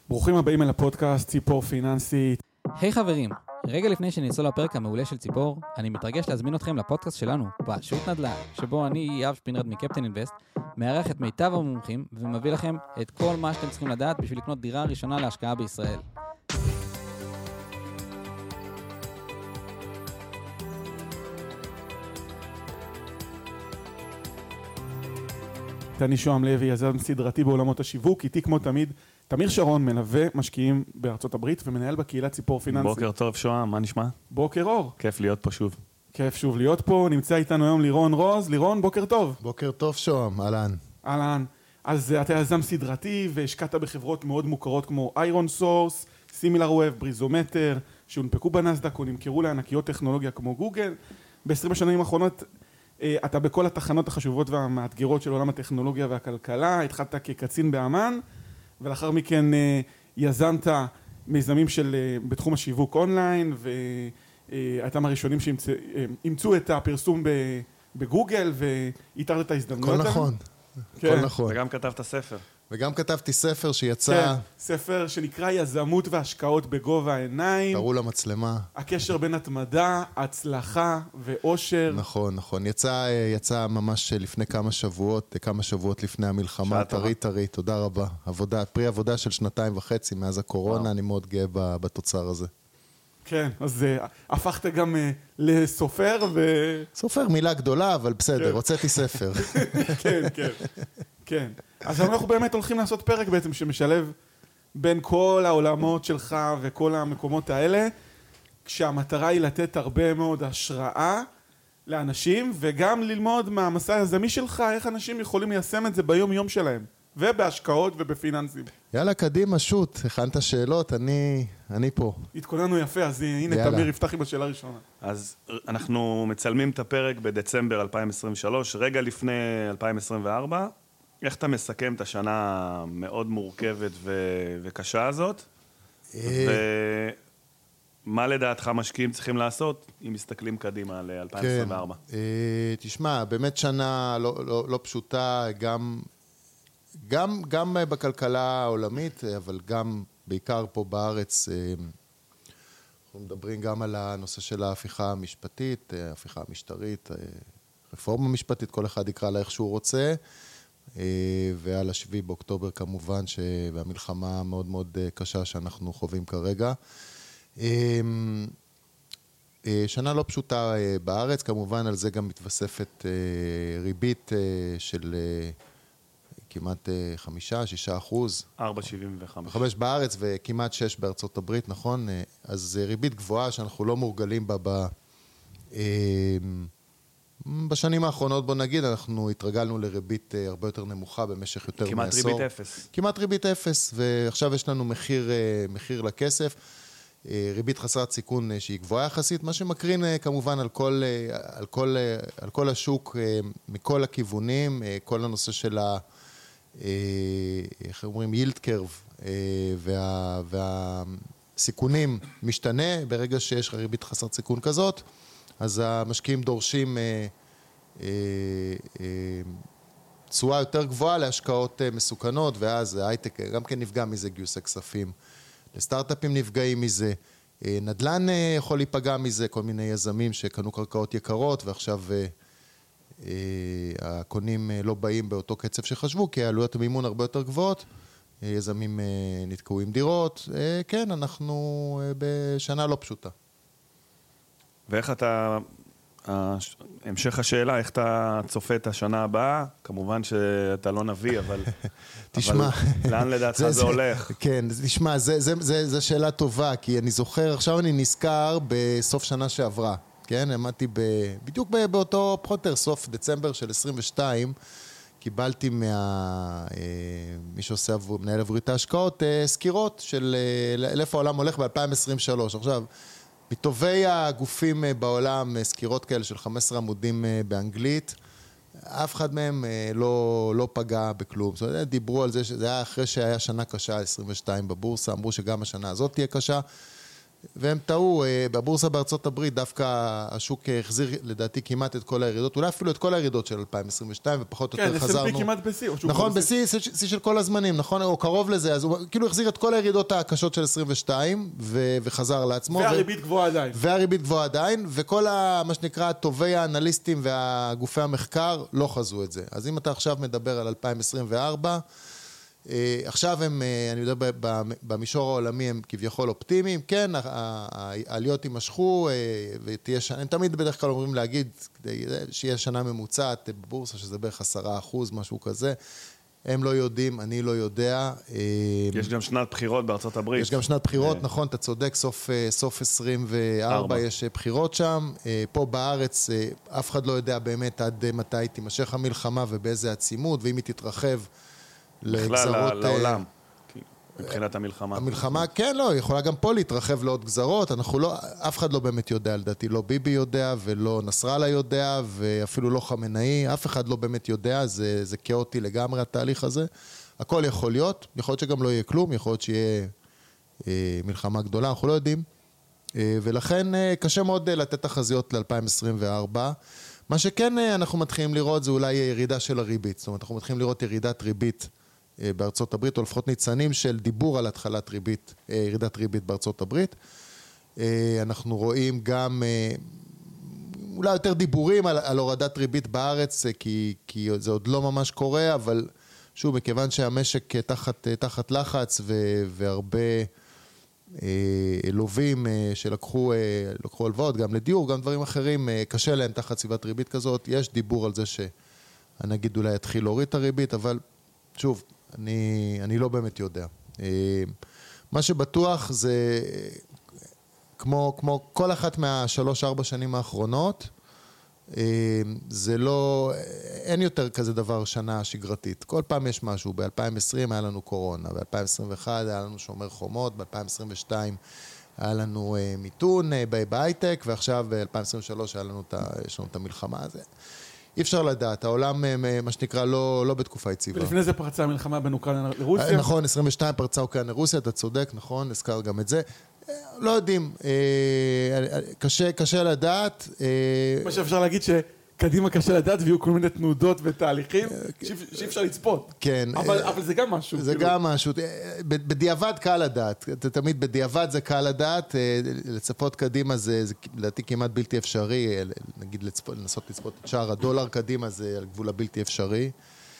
ברוכים הבאים אל הפודקאסט ציפור פיננסית. היי חברים, רגע לפני שנצלול לפרק המעולה של ציפור, אני מתרגש להזמין אתכם לפודקאסט שלנו, פשוט נדל"ן, שבו אני, יאב שפינרד מקפטן אינבסט, מארח את מיטב המומחים ומביא לכם את כל מה שאתם צריכים לדעת בשביל לקנות דירה ראשונה להשקעה בישראל. אני שוהם לוי, יזם סדרתי בעולמות השיווק, איתי כמו תמיד, תמיר שרון, מלווה משקיעים בארצות הברית ומנהל בקהילת ציפור פיננסית. בוקר טוב שוהם, מה נשמע? בוקר אור. כיף להיות פה שוב. כיף שוב להיות פה, נמצא איתנו היום לירון רוז. לירון, בוקר טוב. בוקר טוב שוהם, אהלן. אהלן. אז אתה יזם סדרתי והשקעת בחברות מאוד מוכרות כמו איירון סורס, סימילר-ווב, בריזומטר, שהונפקו בנסדק או נמכרו לענקיות טכנולוגיה כמו גוגל. ב-20 השנים האחרונות אתה בכל התחנות החשובות והמאתגרות של עולם הטכנולוגיה והכלכלה, התחלת כקצין באמן, ולאחר מכן יזמת מיזמים בתחום השיווק אונליין, והייתם הראשונים שאימצו את הפרסום בגוגל, ואיתרת את ההזדמנויות. הכל נכון, כן. הכל נכון. וגם כתבת ספר. וגם כתבתי ספר שיצא... כן, ספר שנקרא יזמות והשקעות בגובה העיניים. תראו למצלמה. הקשר בין התמדה, הצלחה ואושר. נכון, נכון. יצא ממש לפני כמה שבועות לפני המלחמה. טרי, תודה רבה. פרי עבודה של 2.5 מאז הקורונה, אני מאוד גאה בתוצר הזה. כן, אז הפכת גם לסופר סופר מילה גדולה, אבל בסדר, הוצאתי ספר. כן, כן, כן. אז אנחנו באמת הולכים לעשות פרק בעצם שמשלב בין כל העולמות שלך וכל המקומות האלה, כשהמטרה היא לתת הרבה מאוד השראה לאנשים, וגם ללמוד מהמסע היזמי שלך, איך אנשים יכולים ליישם את זה ביום יום שלהם, ובהשקעות ובפיננסים. יאללה, קדימה, שוט, הכנת שאלות, אני פה. התכוננו יפה, אז הנה תמיר יפתח עם השאלה הראשונה. אז אנחנו מצלמים את הפרק בדצמבר 2023, רגע לפני 2024. איך אתה מסכם את השנה המאוד מורכבת וקשה הזאת? ומה לדעתך משקיעים צריכים לעשות אם מסתכלים קדימה ל-2024? כן, תשמע, באמת שנה לא פשוטה, גם בכלכלה העולמית, אבל גם בעיקר פה בארץ, אנחנו מדברים גם על הנושא של ההפיכה המשפטית, ההפיכה המשטרית, רפורמה משפטית, כל אחד יקרא לה איך שהוא רוצה, ועל 7 באוקטובר כמובן, והמלחמה מאוד מאוד קשה שאנחנו חווים כרגע. שנה לא פשוטה בארץ, כמובן על זה גם מתווספת ריבית של כמעט 5-6%. 4.75. 5 בארץ וכמעט 6 בארצות הברית, נכון? אז ריבית גבוהה שאנחנו לא מורגלים בה בשנים האחרונות, בוא נגיד, אנחנו התרגלנו לריבית הרבה יותר נמוכה במשך יותר מעשור. כמעט ריבית אפס. כמעט ריבית אפס, ועכשיו יש לנו מחיר לכסף, ריבית חסרת סיכון שהיא גבוהה יחסית, מה שמקרין כמובן על כל השוק מכל הכיוונים, כל הנושא של איך אומרים, yield curve, והסיכונים משתנה, ברגע שיש ריבית חסרת סיכון כזאת, אז המשקיעים דורשים תשואה יותר גבוהה להשקעות מסוכנות, ואז ההייטק גם כן נפגע מזה, גיוסי כספים. לסטארט-אפים נפגעים מזה, נדל"ן יכול להיפגע מזה, כל מיני יזמים שקנו קרקעות יקרות, ועכשיו הקונים לא באים באותו קצב שחשבו, כי העלויות המימון הרבה יותר גבוהות, יזמים נתקעו עם דירות, כן, אנחנו בשנה לא פשוטה. ואיך אתה, המשך השאלה, איך אתה צופה את השנה הבאה? כמובן שאתה לא נביא, אבל... תשמע... לאן לדעתך זה הולך? כן, תשמע, זו שאלה טובה, כי אני זוכר, עכשיו אני נזכר בסוף שנה שעברה, כן? עמדתי בדיוק באותו פרוטר, סוף דצמבר של 22, קיבלתי מי שעושה מנהל עבורי את ההשקעות, סקירות של לאיפה העולם הולך ב-2023. עכשיו, מטובי הגופים בעולם, סקירות כאלה של 15 עמודים באנגלית, אף אחד מהם לא פגע בכלום. זאת אומרת, דיברו על זה שזה היה אחרי שהיה שנה קשה, 22 בבורסה, אמרו שגם השנה הזאת תהיה קשה, והם טעו, בבורסה בארצות הברית דווקא השוק החזיר לדעתי כמעט את כל הירידות, אולי אפילו את כל הירידות של 2022, ופחות או יותר חזרנו. כן, S&P כמעט בשיא. נכון, בשיא של כל הזמנים, נכון? או קרוב לזה, אז הוא כאילו החזיר את כל הירידות הקשות של 22, וחזר לעצמו. והריבית גבוהה עדיין. והריבית גבוהה עדיין, וכל מה שנקרא טובי האנליסטים והגופי המחקר לא חזו את זה. אז אם אתה עכשיו מדבר על 2024, עכשיו הם, אני יודע, במישור העולמי הם כביכול אופטימיים, כן, העליות יימשכו, ותהיה שנה, הם תמיד בדרך כלל אומרים להגיד, שיהיה שנה ממוצעת בבורסה, שזה בערך 10%, משהו כזה, הם לא יודעים, אני לא יודע. יש גם שנת בחירות בארצות הברית. יש גם שנת בחירות, נכון, אתה צודק, סוף 24 יש בחירות שם, פה בארץ אף אחד לא יודע באמת עד מתי תימשך המלחמה ובאיזה עצימות, ואם היא תתרחב, בכלל לעולם, מבחינת המלחמה. המלחמה, כן, לא, יכולה גם פה להתרחב לעוד גזרות, אנחנו לא, אף אחד לא באמת יודע, לדעתי, לא ביבי יודע, ולא נסראללה יודע, ואפילו לא חמינאי, אף אחד לא באמת יודע, זה כאוטי לגמרי התהליך הזה. הכל יכול להיות, יכול להיות שגם לא יהיה כלום, יכול להיות שיהיה מלחמה גדולה, אנחנו לא יודעים, ולכן קשה מאוד לתת תחזיות ל-2024. מה שכן אנחנו מתחילים לראות זה אולי ירידה של הריבית, זאת אומרת, אנחנו מתחילים לראות ירידת ריבית בארצות הברית, או לפחות ניצנים של דיבור על התחלת ריבית, ירידת ריבית בארצות הברית. אנחנו רואים גם אולי יותר דיבורים על הורדת ריבית בארץ, כי זה עוד לא ממש קורה, אבל שוב, מכיוון שהמשק תחת לחץ והרבה לובים שלקחו הלוואות, גם לדיור, גם דברים אחרים, קשה להם תחת סביבת ריבית כזאת. יש דיבור על זה שהנגיד אולי יתחיל להוריד את הריבית, אבל שוב, אני לא באמת יודע. מה שבטוח זה, כמו כל אחת מה3-4 שנים האחרונות, זה לא, אין יותר כזה דבר שנה שגרתית. כל פעם יש משהו. ב-2020 היה לנו קורונה, ב-2021 היה לנו שומר חומות, ב-2022 היה לנו מיתון בהייטק, ועכשיו ב-2023 יש לנו את המלחמה הזה. אי אפשר לדעת, העולם, מה שנקרא, לא בתקופה יציבה. ולפני זה פרצה המלחמה בין אוקראינה לרוסיה. נכון, 22 פרצה אוקראינה לרוסיה, אתה צודק, נכון, הזכר גם את זה. לא יודעים, קשה לדעת. מה שאפשר להגיד שקדימה קשה לדעת, ויהיו כל מיני תנודות ותהליכים שאי אפשר לצפות. כן. אבל זה גם משהו. זה גם משהו. בדיעבד קל לדעת. תמיד בדיעבד זה קל לדעת. לצפות קדימה זה לדעתי כמעט בלתי אפשרי. נגיד לנסות לצפות את שער הדולר קדימה זה על גבול הבלתי אפשרי.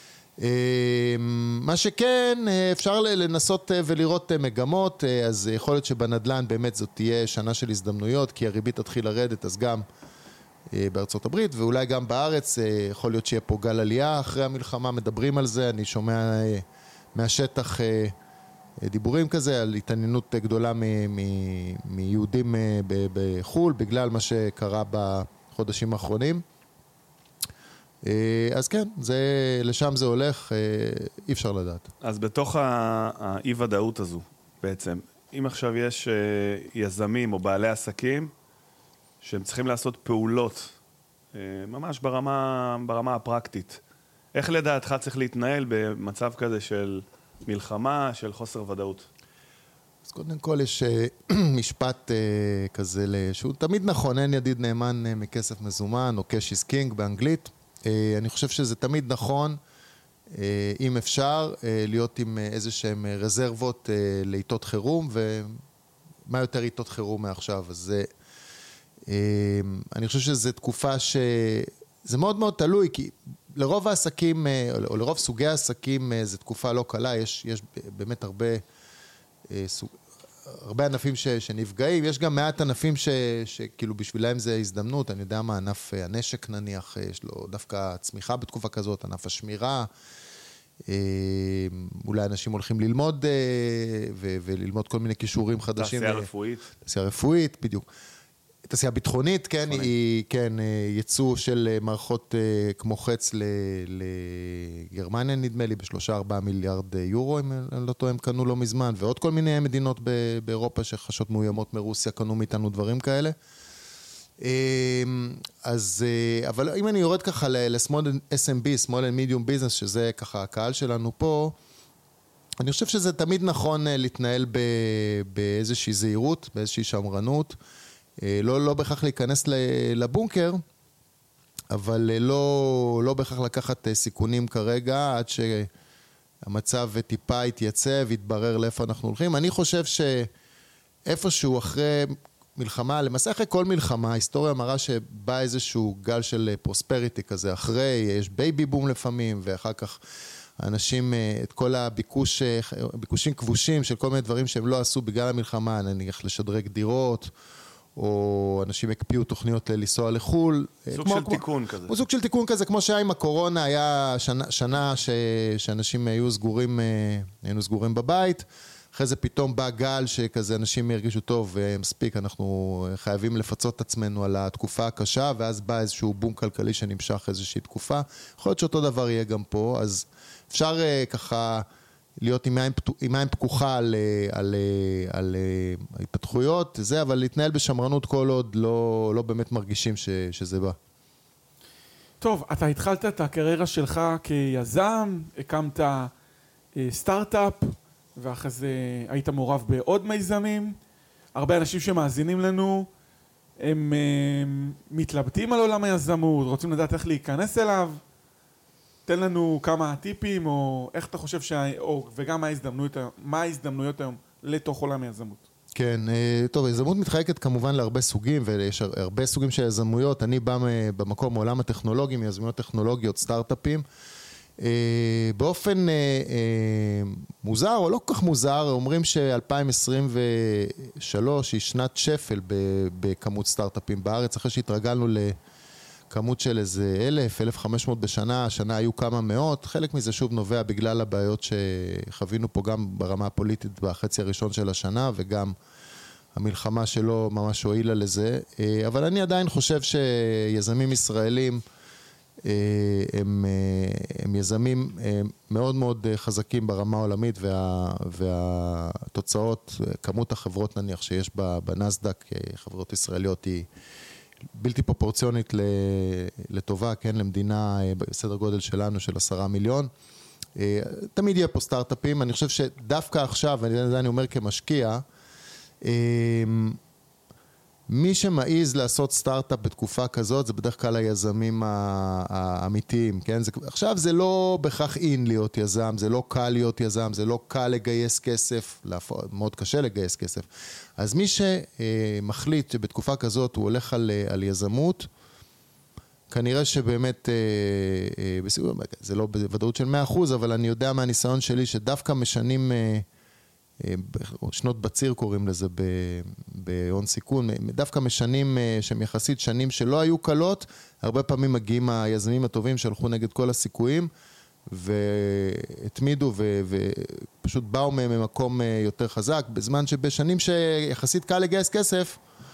מה שכן, אפשר לנסות ולראות מגמות, אז יכול להיות שבנדלן באמת זאת תהיה שנה של הזדמנויות, כי הריבית תתחיל לרדת, אז גם בארצות הברית, ואולי גם בארץ, יכול להיות שיהיה פה גל עלייה אחרי המלחמה, מדברים על זה, אני שומע מהשטח דיבורים כזה, על התעניינות גדולה מיהודים בחול, בגלל מה שקרה בחודשים האחרונים. אז כן, לשם זה הולך, אי אפשר לדעת. אז בתוך האי-ודאות הזו, בעצם, אם עכשיו יש יזמים או בעלי עסקים, שהם צריכים לעשות פעולות, ממש ברמה הפרקטית, איך לדעתך צריך להתנהל במצב כזה של מלחמה, של חוסר ודאות? אז קודם כל יש משפט כזה, שהוא תמיד נכון, אין ידיד נאמן מכסף מזומן, או cash is king באנגלית. אני חושב שזה תמיד נכון, אם אפשר, להיות עם איזה שהם רזרבות לעיתות חירום, ומה יותר עיתות חירום מעכשיו. אז אני חושב שזו תקופה זה מאוד מאוד תלוי, כי לרוב העסקים, או לרוב סוגי העסקים, זו תקופה לא קלה, יש באמת הרבה ענפים שנפגעים, יש גם מעט ענפים שכאילו בשבילהם זה הזדמנות, אני יודע מה, ענף הנשק נניח, יש לו דווקא צמיחה בתקופה כזאת, ענף השמירה, אולי אנשים הולכים ללמוד וללמוד כל מיני כישורים חדשים. תעשייה רפואית. תעשייה רפואית, בדיוק. תעשייה ביטחונית, כן, היא, כן, ייצוא של מערכות כמו חץ לגרמניה, נדמה לי, ב3-4 מיליארד יורו, אם אני לא טועה, הם קנו לא מזמן, ועוד כל מיני מדינות באירופה שחשות מאוימות מרוסיה, קנו מאיתנו דברים כאלה. אז, אבל אם אני יורד ככה ל-small SMB, small and medium business, שזה ככה הקהל שלנו פה, אני חושב שזה תמיד נכון להתנהל באיזושהי זהירות, באיזושהי שמרנות, לא בהכרח להיכנס לבונקר, אבל לא בהכרח לקחת סיכונים כרגע, עד שהמצב טיפה יתייצב, יתברר לאיפה אנחנו הולכים. אני חושב שאיפשהו אחרי מלחמה, למעשה אחרי כל מלחמה, ההיסטוריה מראה שבא איזשהו גל של פרוספריטי כזה, אחרי, יש בייבי בום לפעמים, ואחר כך אנשים, את כל ביקושים כבושים של כל מיני דברים שהם לא עשו בגלל המלחמה, נניח לשדרג דירות, או אנשים הקפיאו תוכניות לנסוע לחול. סוג של תיקון כזה. סוג של תיקון כזה, כמו שהיה עם הקורונה, היה שנה שאנשים היינו סגורים בבית, אחרי זה פתאום בא גל שכזה אנשים הרגישו טוב, מספיק, אנחנו חייבים לפצות את עצמנו על התקופה הקשה, ואז בא איזשהו בום כלכלי שנמשך איזושהי תקופה. יכול להיות שאותו דבר יהיה גם פה, אז אפשר ככה להיות עם עין פקוחה על ההתפתחויות, אבל להתנהל בשמרנות כל עוד לא באמת מרגישים שזה בא. טוב, אתה התחלת את הקריירה שלך כיזם, הקמת סטארט-אפ, ואחרי זה היית מעורב בעוד מיזמים. הרבה אנשים שמאזינים לנו, הם מתלבטים על עולם היזמות, רוצים לדעת איך להיכנס אליו. תן לנו כמה טיפים, או איך אתה חושב וגם מה ההזדמנויות היום לתוך עולם היזמות. כן, טוב, היזמות מתחלקת כמובן להרבה סוגים, ויש הרבה סוגים של יזמויות. אני בא במקום מעולם הטכנולוגי, מיזמויות טכנולוגיות, סטארט-אפים. באופן מוזר או לא כל כך מוזר, אומרים ש-2023 היא שנת שפל בכמות סטארט-אפים בארץ, אחרי שהתרגלנו לכמות של איזה 1,000-1,500 בשנה, השנה היו כמה מאות, חלק מזה שוב נובע בגלל הבעיות שחווינו פה גם ברמה הפוליטית בחצי הראשון של השנה, וגם המלחמה שלא ממש הועילה לזה, אבל אני עדיין חושב שיזמים ישראלים הם יזמים מאוד מאוד חזקים ברמה העולמית, והתוצאות, כמות החברות נניח שיש בנסדק, חברות ישראליות, היא בלתי פרופורציונית לטובה, כן, למדינה בסדר גודל שלנו של 10 מיליון. תמיד יהיה פה סטארט-אפים, אני חושב שדווקא עכשיו, ואני אומר כמשקיע, מי שמעיז לעשות סטארט-אפ בתקופה כזאת, זה בדרך כלל היזמים האמיתיים, כן? עכשיו זה לא בכך אין להיות יזם, זה לא קל להיות יזם, זה לא קל לגייס כסף, מאוד קשה לגייס כסף. אז מי שמחליט שבתקופה כזאת הוא הולך על יזמות, כנראה שבאמת, זה לא בוודאות של 100%, אבל אני יודע מהניסיון שלי שדווקא משנים שנות בציר קוראים לזה בהון סיכון, דווקא משנים שהם יחסית שנים שלא היו קלות, הרבה פעמים מגיעים היזמים הטובים שהלכו נגד כל הסיכויים, והתמידו ופשוט באו ממקום יותר חזק, בזמן שבשנים שיחסית קל לגייס כסף,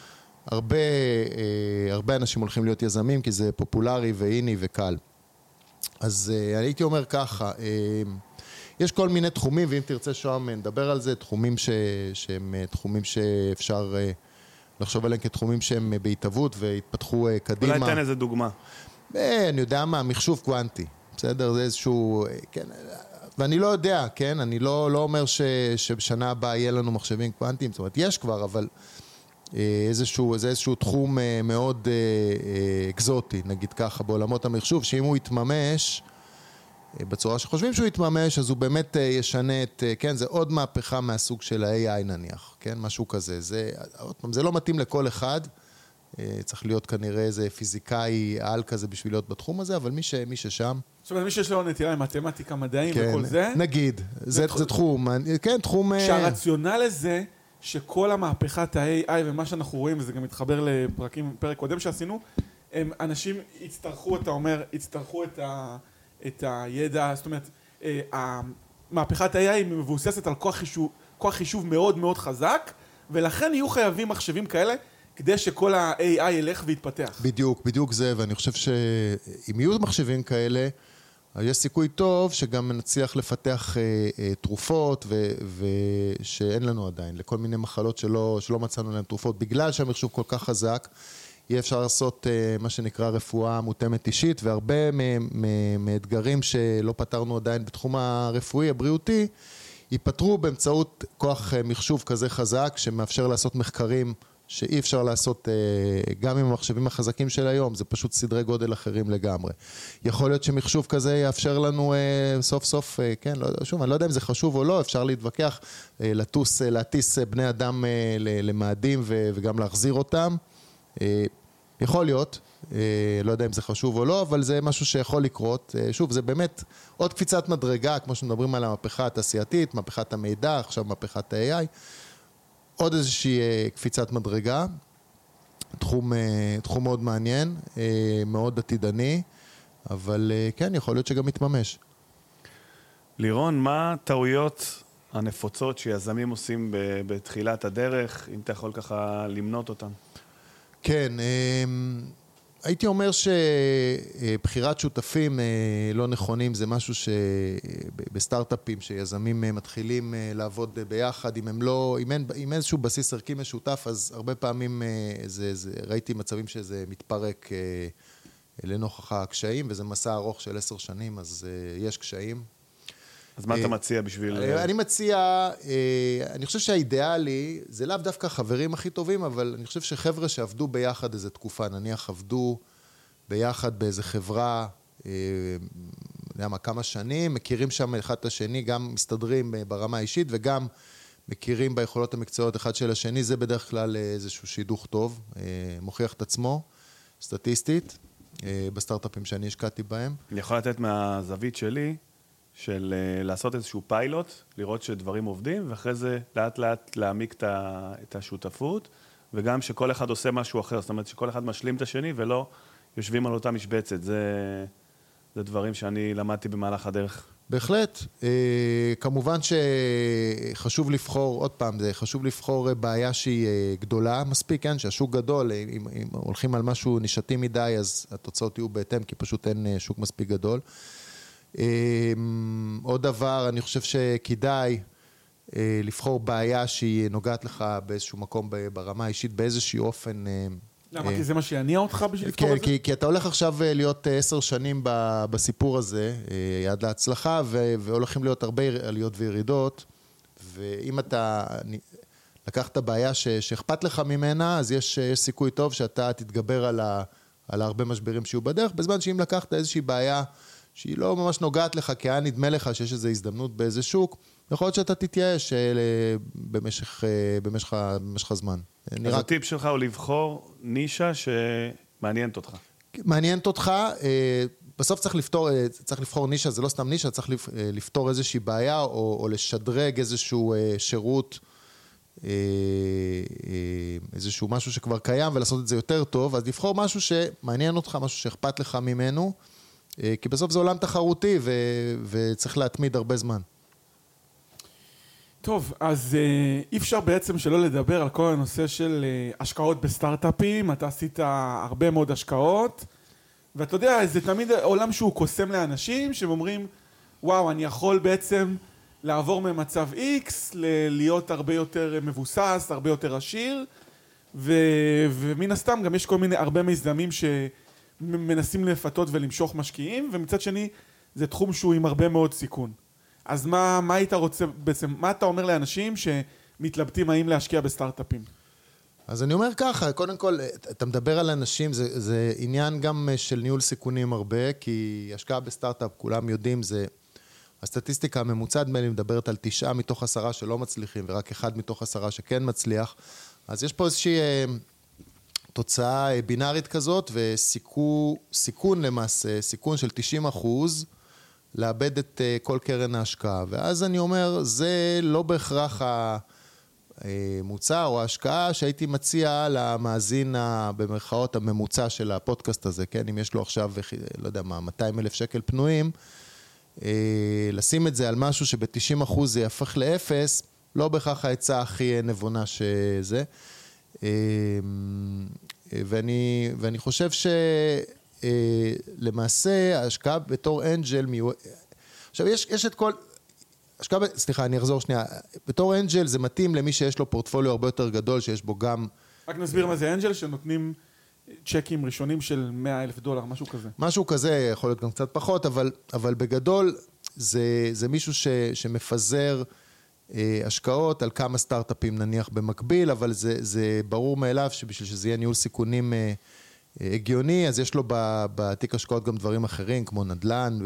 הרבה אנשים הולכים להיות יזמים, כי זה פופולרי ואיני וקל. אז הייתי אומר ככה, יש כל מיני תחומים, ואם תרצה שם נדבר על זה, תחומים שהם תחומים שאפשר לחשוב עליהם כתחומים שהם בהתהוות והתפתחו קדימה. אולי תן איזה דוגמה. אני יודע מה, מחשוב קוונטי, בסדר? זה איזשהו, כן, ואני לא יודע, כן? אני לא אומר שבשנה הבאה יהיה לנו מחשבים קוונטיים, זאת אומרת, יש כבר, אבל זה איזשהו תחום מאוד אקזוטי, נגיד ככה, בעולמות המחשוב, שאם הוא יתממש, בצורה שחושבים שהוא יתממש, אז הוא באמת ישנה את, כן, זה עוד מהפכה מהסוג של ה-AI נניח, כן, משהו כזה. זה לא מתאים לכל אחד, צריך להיות כנראה איזה פיזיקאי על כזה בשביל להיות בתחום הזה, אבל מי ששם. זאת אומרת, מי שיש לו נטייה עם מתמטיקה, מדעים וכל זה. נגיד, זה תחום, כן, תחום. שהרציונל הזה, שכל המהפכת ה-AI ומה שאנחנו רואים, וזה גם מתחבר לפרק קודם שעשינו, אנשים יצטרכו, אתה אומר, יצטרכו את הידע, זאת אומרת, מהפכת ה-AI היא מבוססת על כוח חישוב מאוד מאוד חזק, ולכן יהיו חייבים מחשבים כאלה, כדי שכל ה-AI ילך ויתפתח. בדיוק זה, ואני חושב שאם יהיו מחשבים כאלה, יש סיכוי טוב שגם נצליח לפתח תרופות, ושאין לנו עדיין, לכל מיני מחלות שלא מצאנו להם תרופות, בגלל שהמחשוב כל כך חזק, יהיה אפשר לעשות מה שנקרא רפואה מותאמת אישית, והרבה מאתגרים שלא פתרנו עדיין בתחום הרפואי, הבריאותי, ייפתרו באמצעות כוח מחשוב כזה חזק, שמאפשר לעשות מחקרים שאי אפשר לעשות גם עם המחשבים החזקים של היום, זה פשוט סדרי גודל אחרים לגמרי. יכול להיות שמחשוב כזה יאפשר לנו סוף סוף, כן, שוב, אני לא יודע אם זה חשוב או לא, אפשר להתווכח, להטיס בני אדם למאדים וגם להחזיר אותם. יכול להיות, לא יודע אם זה חשוב או לא, אבל זה משהו שיכול לקרות. שוב, זה באמת עוד קפיצת מדרגה, כמו שמדברים על המהפכה התעשייתית, מהפכת המידע, עכשיו מהפכת ה-AI. עוד איזושהי קפיצת מדרגה, תחום מאוד מעניין, מאוד עתידני, אבל כן, יכול להיות שגם מתממש. לירון, מה הטעויות הנפוצות שיזמים עושים בתחילת הדרך, אם אתה יכול ככה למנות אותן? כן, הייתי אומר שבחירת שותפים לא נכונים זה משהו שבסטארט-אפים שיזמים מתחילים לעבוד ביחד, אם אין איזשהו בסיס ערכי משותף, אז הרבה פעמים ראיתי מצבים שזה מתפרק לנוכח הקשיים, וזה מסע ארוך של 10 שנים, אז יש קשיים. אז מה אתה מציע בשביל... אני מציע, אני חושב שהאידיאלי, זה לאו דווקא חברים הכי טובים, אבל אני חושב שחבר'ה שעבדו ביחד איזו תקופה, נניח עבדו ביחד באיזו חברה, כמה שנים, מכירים שם אחד את השני, גם מסתדרים ברמה האישית, וגם מכירים ביכולות המקצועיות אחד של השני, זה בדרך כלל איזשהו שידוך טוב, מוכיח את עצמו, סטטיסטית, בסטארט-אפים שאני השקעתי בהם. אני יכול לתת מהזווית שלי, של לעשות איזשהו פיילוט, לראות שדברים עובדים, ואחרי זה לאט לאט להעמיק את השותפות, וגם שכל אחד עושה משהו אחר, זאת אומרת שכל אחד משלים את השני, ולא יושבים על אותה משבצת. זה דברים שאני למדתי במהלך הדרך. בהחלט. כמובן שחשוב לבחור, עוד פעם, זה חשוב לבחור בעיה שהיא גדולה מספיק, כן? שהשוק גדול, אם הולכים על משהו נישתי מדי, אז התוצאות יהיו בהתאם, כי פשוט אין שוק מספיק גדול. עוד דבר, אני חושב שכדאי לבחור בעיה שהיא נוגעת לך באיזשהו מקום ברמה האישית, באיזשהו אופן. למה? כי זה מה שיניע אותך בשביל לפתור את זה? כי אתה הולך עכשיו להיות 10 שנים בסיפור הזה, יד להצלחה, והולכים להיות הרבה עליות וירידות, ואם אתה לקחת בעיה שאכפת לך ממנה, אז יש סיכוי טוב שאתה תתגבר על הרבה משברים שיהיו בדרך, בזמן שאם לקחת איזושהי בעיה שהיא לא ממש נוגעת לך, כי היה נדמה לך שיש איזו הזדמנות באיזה שוק, יכול להיות שאתה תתייאש במשך הזמן. אז הטיפ שלך הוא לבחור נישה שמעניינת אותך. מעניינת אותך, בסוף צריך לבחור נישה, זה לא סתם נישה, צריך לפתור איזושהי בעיה, או לשדרג איזשהו שירות, איזשהו משהו שכבר קיים, ולעשות את זה יותר טוב, אז לבחור משהו שמעניין אותך, משהו שאכפת לך ממנו, כי בסוף זה עולם תחרותי, וצריך להתמיד הרבה זמן. טוב, אז אי אפשר בעצם שלא לדבר על כל הנושא של השקעות בסטארט-אפים. אתה עשית הרבה מאוד השקעות, ואתה יודע, זה תמיד עולם שהוא קוסם לאנשים, שאומרים, וואו, אני יכול בעצם לעבור ממצב X, להיות הרבה יותר מבוסס, הרבה יותר עשיר, ומן הסתם גם יש כל מיני, הרבה מיזמים שמנסים לפתות ולמשוך משקיעים, ומצד שני, זה תחום שהוא עם הרבה מאוד סיכון. אז מה היית רוצה, בעצם, מה אתה אומר לאנשים שמתלבטים האם להשקיע בסטארט-אפים? אז אני אומר ככה, קודם כל, אתה מדבר על אנשים, זה עניין גם של ניהול סיכונים הרבה, כי השקעה בסטארט-אפ, כולם יודעים, זה, הסטטיסטיקה הממוצעת בין מדברת על 9 מתוך 10 שלא מצליחים, ורק 1 מתוך 10 שכן מצליח, אז יש פה איזושהי תוצאה בינארית כזאת, וסיכון למעשה, סיכון של 90%, לאבד את כל קרן ההשקעה. ואז אני אומר, זה לא בהכרח המוצר או ההשקעה שהייתי מציע למאזין במרכאות הממוצע של הפודקאסט הזה, כן? אם יש לו עכשיו, לא יודע מה, 200,000 שקל פנויים, לשים את זה על משהו שב-90% זה יהפך לאפס, לא בהכרח ההצעה הכי נבונה שזה. ואני חושב למעשה, ההשקעה בתור אנג'ל עכשיו, יש את כל... סליחה, אני אחזור שנייה. בתור אנג'ל זה מתאים למי שיש לו פורטפוליו הרבה יותר גדול, שיש בו גם... רק נסביר מה זה אנג'ל, שנותנים צ'קים ראשונים של $100,000, משהו כזה. משהו כזה, יכול להיות גם קצת פחות, אבל בגדול זה מישהו שמפזר השקעות על כמה סטארט-אפים נניח במקביל, אבל זה ברור מאליו שבשביל שזה יהיה ניהול סיכונים הגיוני, אז יש לו בתיק השקעות גם דברים אחרים, כמו נדל"ן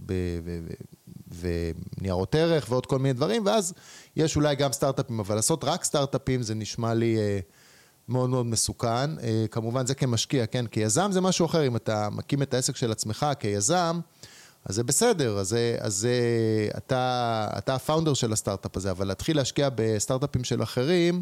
וניירות ערך ועוד כל מיני דברים, ואז יש אולי גם סטארט-אפים, אבל לעשות רק סטארט-אפים זה נשמע לי מאוד מאוד מסוכן. כמובן זה כמשקיע, כן? כיזם זה משהו אחר, אם אתה מקים את העסק של עצמך כיזם, אז זה בסדר, אז אתה הפאונדר של הסטארט-אפ הזה, אבל להתחיל להשקיע בסטארט-אפים של אחרים,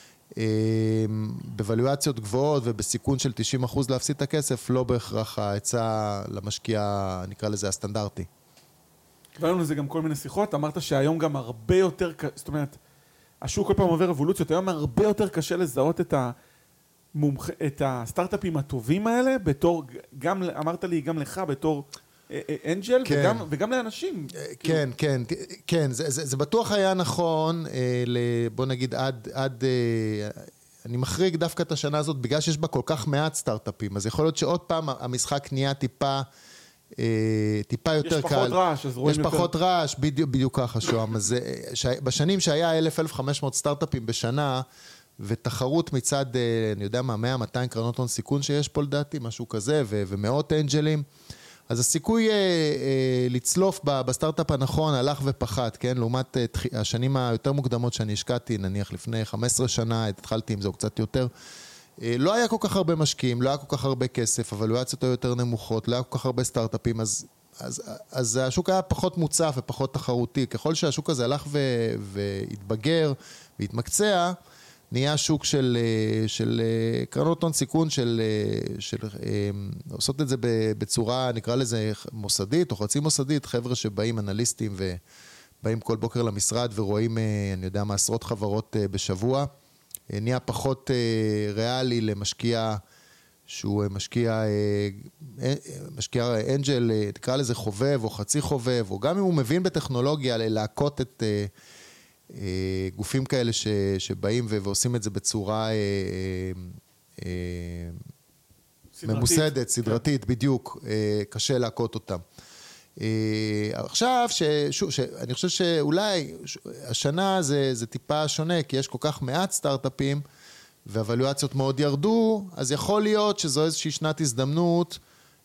בוולואציות גבוהות ובסיכון של 90% להפסיד את הכסף, לא בהכרח ההצעה למשקיע, נקרא לזה הסטנדרטי. קבלנו לזה גם כל מיני שיחות, אמרת שהיום גם הרבה יותר, זאת אומרת, השוק כל פעם עובר אבולוציות, היום הרבה יותר קשה לזהות את הסטארט-אפים הטובים האלה, בתור, גם, אמרת לי, גם לך, בתור אנג'ל, כן. וגם לאנשים. כן, כן, כן, זה בטוח היה נכון, בוא נגיד עד אני מחריג דווקא את השנה הזאת, בגלל שיש בה כל כך מעט סטארט-אפים, אז יכול להיות שעוד פעם המשחק נהיה טיפה יותר קל. יש פחות רעש, אז רואים יותר. יש פחות רעש, בדיוק ככה שוהם. אז בשנים שהיה 1,000-1,500 סטארט-אפים בשנה, ותחרות מצד, אני יודע מה, 100-200 קרנות הון סיכון שיש פה לדעתי, משהו כזה, ומאות אנג'לים, אז הסיכוי לצלוף בסטארט-אפ הנכון הלך ופחת, כן? לעומת השנים היותר מוקדמות שאני השקעתי, נניח לפני 15 שנה, התחלתי עם זה או קצת יותר, לא היה כל כך הרבה משקיעים, לא היה כל כך הרבה כסף, הוולואציות היו יותר נמוכות, לא היה כל כך הרבה סטארט-אפים, אז השוק היה פחות מוצף ופחות תחרותי. ככל שהשוק הזה הלך והתבגר והתמקצע, נהיה שוק של קרנות הון סיכון, עושות את זה בצורה, נקרא לזה מוסדית או חצי מוסדית, חבר'ה שבאים אנליסטים ובאים כל בוקר למשרד ורואים, אני יודע מה, עשרות חברות בשבוע, נהיה פחות ריאלי למשקיע שהוא משקיע אנג'ל, תקרא לזה חובב או חצי חובב, או גם אם הוא מבין בטכנולוגיה להכות את גופים כאלה שבאים ועושים את זה בצורה ממוסדת, סדרתית, בדיוק, קשה להכות אותם. עכשיו, אני חושב שאולי השנה זה טיפה שונה, כי יש כל כך מעט סטארט-אפים, והוולואציות מאוד ירדו, אז יכול להיות שזו איזושהי שנת הזדמנות,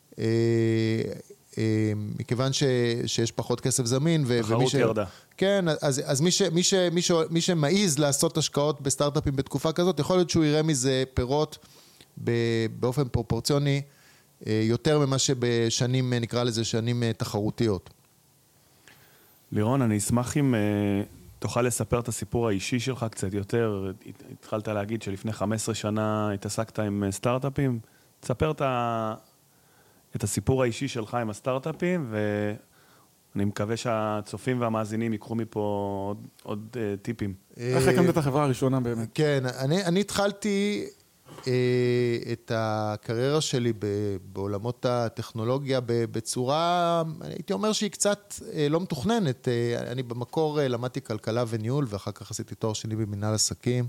מכיוון שיש פחות כסף זמין. תחרות ירדה. כן, אז מי שמעיז לעשות השקעות בסטארט-אפים בתקופה כזאת, יכול להיות שהוא יראה מזה פירות באופן פרופורציוני, יותר ממה שבשנים, נקרא לזה שנים תחרותיות. לירון, אני אשמח אם תוכל לספר את הסיפור האישי שלך קצת יותר. התחלת להגיד שלפני 15 שנה התעסקת עם סטארט-אפים. תספר את הסיפור האישי שלך עם הסטארט-אפים, ואני מקווה שהצופים והמאזינים יקחו מפה עוד טיפים. איך הקמת את החברה הראשונה באמת? כן, אני התחלתי את הקריירה שלי בעולמות הטכנולוגיה בצורה, הייתי אומר שהיא קצת לא מתוכננת. אני במקור למדתי כלכלה וניהול, ואחר כך עשיתי תואר שני במנהל עסקים,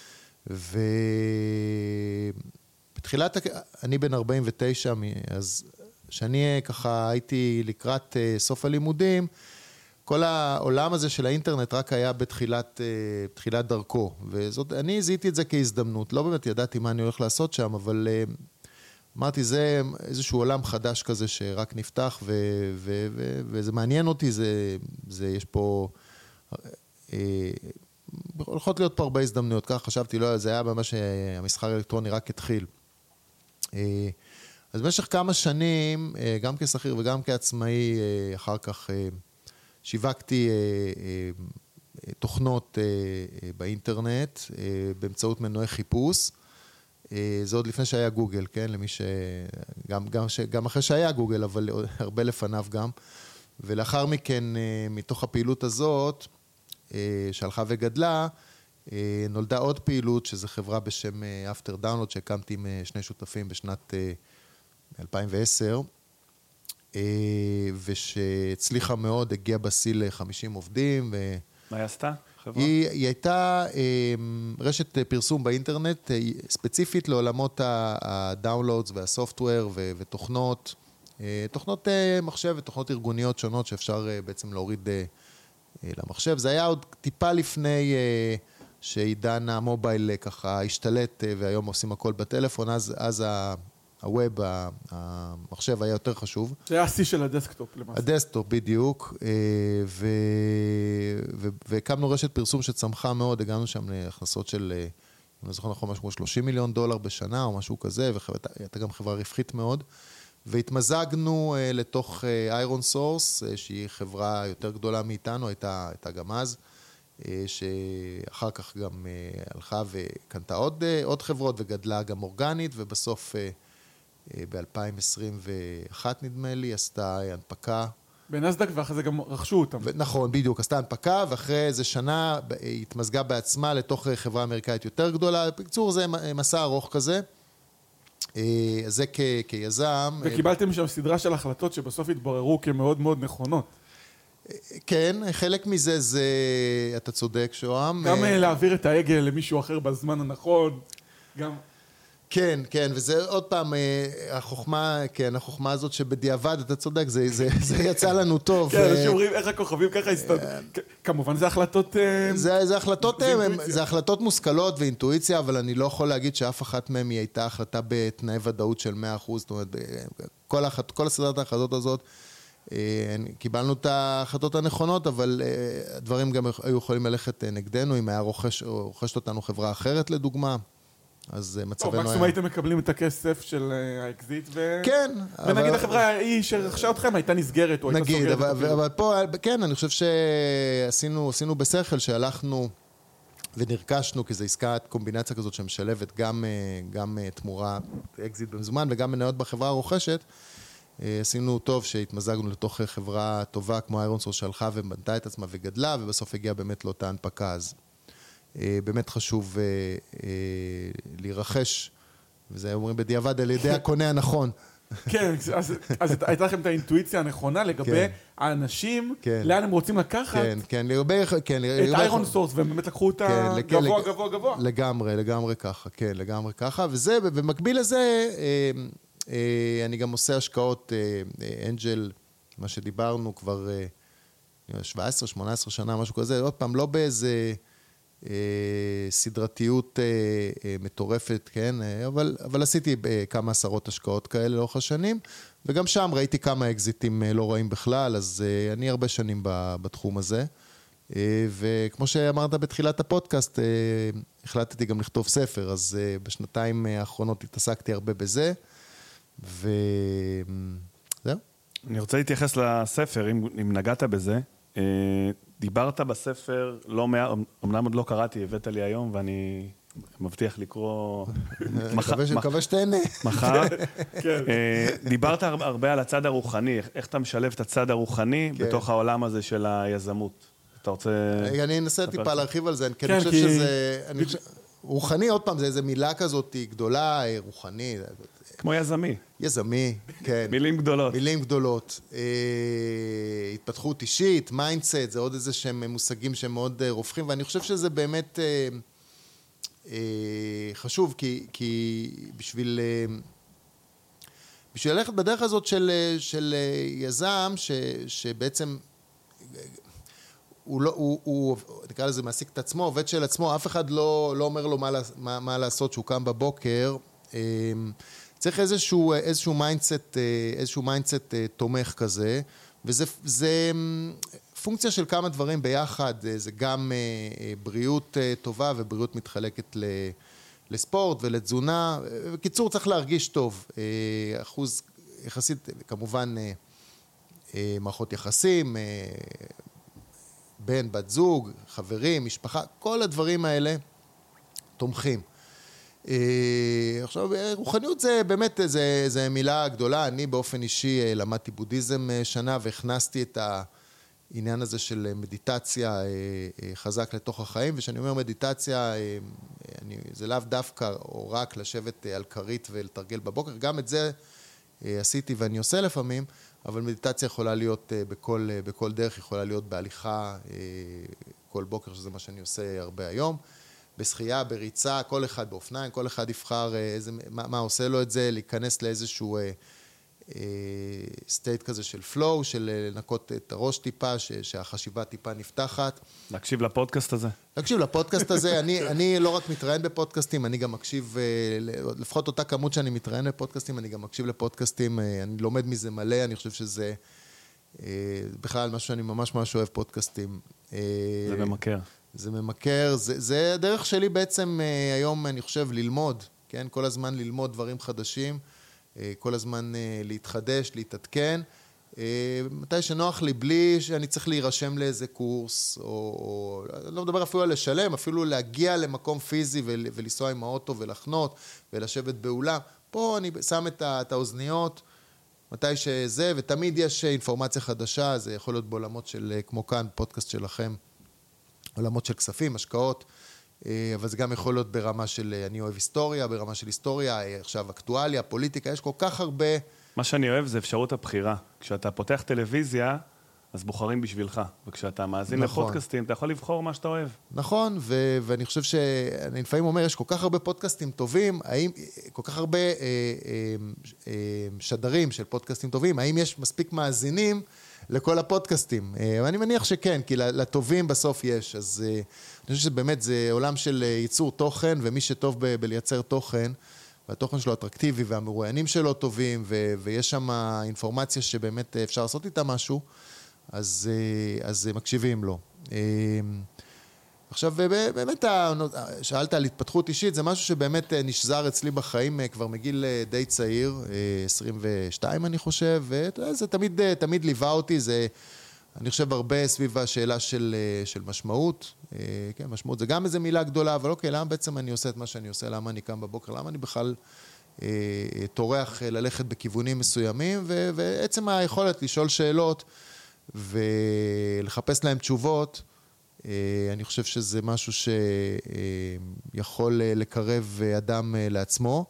ובתחילת, אני בן 49, אז שאני ככה הייתי לקראת סוף הלימודים, כל העולם הזה של האינטרנט רק היה בתחילת דרכו, ואני זיהיתי את זה כהזדמנות, לא באמת ידעתי מה אני הולך לעשות שם, אבל אמרתי, זה איזשהו עולם חדש כזה שרק נפתח, וזה מעניין אותי, יש פה, הולכות להיות פה הרבה הזדמנויות, כך חשבתי, לא, זה היה ממש המשחק האלקטרוני רק התחיל. אז במשך כמה שנים, גם כשכיר וגם כעצמאי, אחר כך שיווקתי תוכנות באינטרנט באמצעות מנועי חיפוש. זה עוד לפני שהיה גוגל, כן? למי גם אחרי שהיה גוגל, אבל הרבה לפניו גם. ולאחר מכן, מתוך הפעילות הזאת, שהלכה וגדלה, נולדה עוד פעילות, שזו חברה בשם After Download, שהקמתי עם שני שותפים בשנת 2010, ושהצליחה מאוד, הגיעה בשיא ל-50 עובדים. מה היא עשתה? היא הייתה רשת פרסום באינטרנט, ספציפית לעולמות הדאונלודס והסופטוור ותוכנות, תוכנות מחשב ותוכנות ארגוניות שונות שאפשר בעצם להוריד למחשב. זה היה עוד טיפה לפני שעידן המובייל ככה השתלט, והיום עושים הכל בטלפון, אז הווב, המחשב היה יותר חשוב. זה היה השיא של הדסקטופ למעשה. הדסקטופ בדיוק, והקמנו רשת פרסום שצמחה מאוד, הגענו שם להכנסות של, אם אני זוכר נכון, משהו כמו $30 מיליון בשנה או משהו כזה, והייתה גם חברה רווחית מאוד, והתמזגנו לתוך איירון סורס, שהיא חברה יותר גדולה מאיתנו, הייתה גם אז, שאחר כך גם הלכה וקנתה עוד חברות וגדלה גם אורגנית, ובסוף ב-2021 נדמה לי, עשתה הנפקה. בנסדק ואחרי זה גם רכשו אותם. נכון, בדיוק, עשתה הנפקה, ואחרי איזה שנה היא התמזגה בעצמה לתוך חברה אמריקאית יותר גדולה. בקצור, זה מסע ארוך כזה. זה כיזם. וקיבלתם שם סדרה של החלטות שבסוף התבררו כמאוד מאוד נכונות. כן, חלק מזה זה, אתה צודק, שוהם. גם להעביר את העגל למישהו אחר בזמן הנכון, גם... כן, כן, וזה עוד פעם, החוכמה הזאת שבדיעבד, אתה צודק, זה יצא לנו טוב. כן, אנשים אומרים איך הכוכבים ככה הסתדרו. כמובן, זה החלטות... זה החלטות מושכלות ואינטואיציה, אבל אני לא יכול להגיד שאף אחת מהן היא הייתה החלטה בתנאי ודאות של 100%, זאת אומרת, כל הסדרת ההחלטות הזאת, קיבלנו את ההחלטות הנכונות, אבל הדברים גם היו יכולים ללכת נגדנו, אם היה רוכשת אותנו חברה אחרת לדוגמה. אז מצבנו היה... מקסימום הייתם מקבלים את הכסף של האקזיט כן. ונגיד החברה היא שרכשה אתכם הייתה נסגרת או הייתה סוגרת. נגיד, אבל פה, כן, אני חושב שעשינו בשכל שהלכנו ונרכשנו, כי זו עסקת קומבינציה כזאת שמשלבת גם תמורה אקזיט במזומן וגם מניות בחברה הרוכשת. עשינו טוב שהתמזגנו לתוך חברה טובה כמו איירון סורס שהלכה ובנתה את עצמה וגדלה, ובסוף הגיעה באמת לאותה הנפקה. אז באמת חשוב להירכש, וזה אומרים בדיעבד על ידי הקונה הנכון. כן, אז הייתה לכם את האינטואיציה הנכונה לגבי האנשים, לאן הם רוצים לקחת את איירון סורס, והם באמת לקחו אותה גבוה, גבוה, גבוה. לגמרי ככה, כן, לגמרי ככה, וזה, במקביל לזה, אני גם עושה השקעות אנג'ל, מה שדיברנו כבר 17-18 שנה, משהו כזה, עוד פעם, לא באיזה סדרתיות מטורפת, כן, אבל עשיתי כמה עשרות השקעות כאלה לאורך השנים, וגם שם ראיתי כמה אקזיטים לא רעים בכלל, אז אני הרבה שנים בתחום הזה, וכמו שאמרת בתחילת הפודקאסט, החלטתי גם לכתוב ספר, אז בשנתיים האחרונות התעסקתי הרבה בזה, וזהו. אני רוצה להתייחס לספר, אם נגעת בזה. דיברת בספר, אמנם עוד לא קראתי, הבאת לי היום, ואני מבטיח לקרוא מקווה שתהנה. מחר. דיברת הרבה על הצד הרוחני, איך אתה משלב את הצד הרוחני בתוך העולם הזה של היזמות. אתה רוצה... אני אנסה טיפה להרחיב על זה, כי אני חושב שזה... רוחני, עוד פעם, זה איזו מילה כזאת גדולה, רוחני. כמו יזמי. יזמי, כן. מילים גדולות. מילים גדולות. התפתחות אישית, מיינדסט, זה עוד איזה שהם מושגים שהם מאוד רופחים, ואני חושב שזה באמת חשוב, כי בשביל ללכת בדרך הזאת של יזם, שבעצם הוא נקרא לזה מעסיק את עצמו, עובד של עצמו, אף אחד לא אומר לו מה לעשות שהוא קם בבוקר, צריך איזשהו מיינדסט תומך כזה, וזה פונקציה של כמה דברים ביחד, זה גם בריאות טובה ובריאות מתחלקת לספורט ולתזונה, בקיצור צריך להרגיש טוב, אחוז יחסית כמובן מערכות יחסים, בן, בת זוג, חברים, משפחה, כל הדברים האלה תומכים. עכשיו, רוחניות זה באמת, זה מילה גדולה. אני באופן אישי למדתי בודהיזם שנה והכנסתי את העניין הזה של מדיטציה חזק לתוך החיים, ושאני אומר מדיטציה, זה לאו דווקא או רק לשבת על כרית ולתרגל בבוקר, גם את זה עשיתי ואני עושה לפעמים, אבל מדיטציה יכולה להיות בכל דרך, יכולה להיות בהליכה כל בוקר, שזה מה שאני עושה הרבה היום, בשחייה, בריצה, כל אחד באופניים, כל אחד יבחר מה עושה לו את זה, להיכנס לאיזשהו סטייט כזה של פלואו, של לנקות את הראש טיפה, שהחשיבה טיפה נפתחת. להקשיב לפודקאסט הזה? להקשיב לפודקאסט הזה, אני לא רק מתראיין בפודקאסטים, אני גם מקשיב, לפחות אותה כמות שאני מתראיין בפודקאסטים, אני גם מקשיב לפודקאסטים, אני לומד מזה מלא, אני חושב שזה בכלל משהו שאני ממש ממש אוהב פודקאסטים. זה ממכר. זה ממכר, זה הדרך שלי בעצם היום, אני חושב, ללמוד, כן? כל הזמן ללמוד דברים חדשים, כל הזמן להתחדש, להתעדכן, מתי שנוח לי, בלי שאני צריך להירשם לאיזה קורס, או לא מדבר אפילו על לשלם, אפילו להגיע למקום פיזי ולנסוע עם האוטו ולחנות ולשבת באולם. פה אני שם את האוזניות, מתי שזה, ותמיד יש אינפורמציה חדשה, זה יכול להיות בעולמות של, כמו כאן, פודקאסט שלכם, עולמות של כספים, השקעות, אבל זה גם יכול להיות ברמה של אני אוהב היסטוריה, ברמה של היסטוריה, עכשיו אקטואליה, פוליטיקה, יש כל כך הרבה... מה שאני אוהב זה אפשרות הבחירה. כשאתה פותח טלוויזיה, אז בוחרים בשבילך. וכשאתה מאזין לפודקאסטים, אתה יכול לבחור מה שאתה אוהב. נכון, ואני חושב שאני לפעמים אומר, יש כל כך הרבה פודקאסטים טובים, כל כך הרבה שדרים של פודקאסטים טובים, האם יש מספיק מאזינים לכל הפודקאסטים? ואני מניח שכן, כי לטובים בסוף יש. אז אני חושב שבאמת זה עולם של ייצור תוכן, ומי שטוב בלייצר תוכן, והתוכן שלו אטרקטיבי, והמרואיינים שלו טובים, ויש שם אינפורמציה שבאמת אפשר לעשות איתה משהו, אז מקשיבים לו. עכשיו, באמת, שאלת על התפתחות אישית, זה משהו שבאמת נשזר אצלי בחיים כבר מגיל די צעיר, 22 אני חושב, וזה תמיד ליווה אותי, זה, אני חושב, הרבה סביב השאלה של משמעות. כן, משמעות זה גם איזו מילה גדולה, אבל אוקיי, למה בעצם אני עושה את מה שאני עושה, למה אני קם בבוקר, למה אני בכלל טורח ללכת בכיוונים מסוימים, ועצם היכולת לשאול שאלות ולחפש להם תשובות, אני חושב שזה משהו שיכול לקרב אדם לעצמו,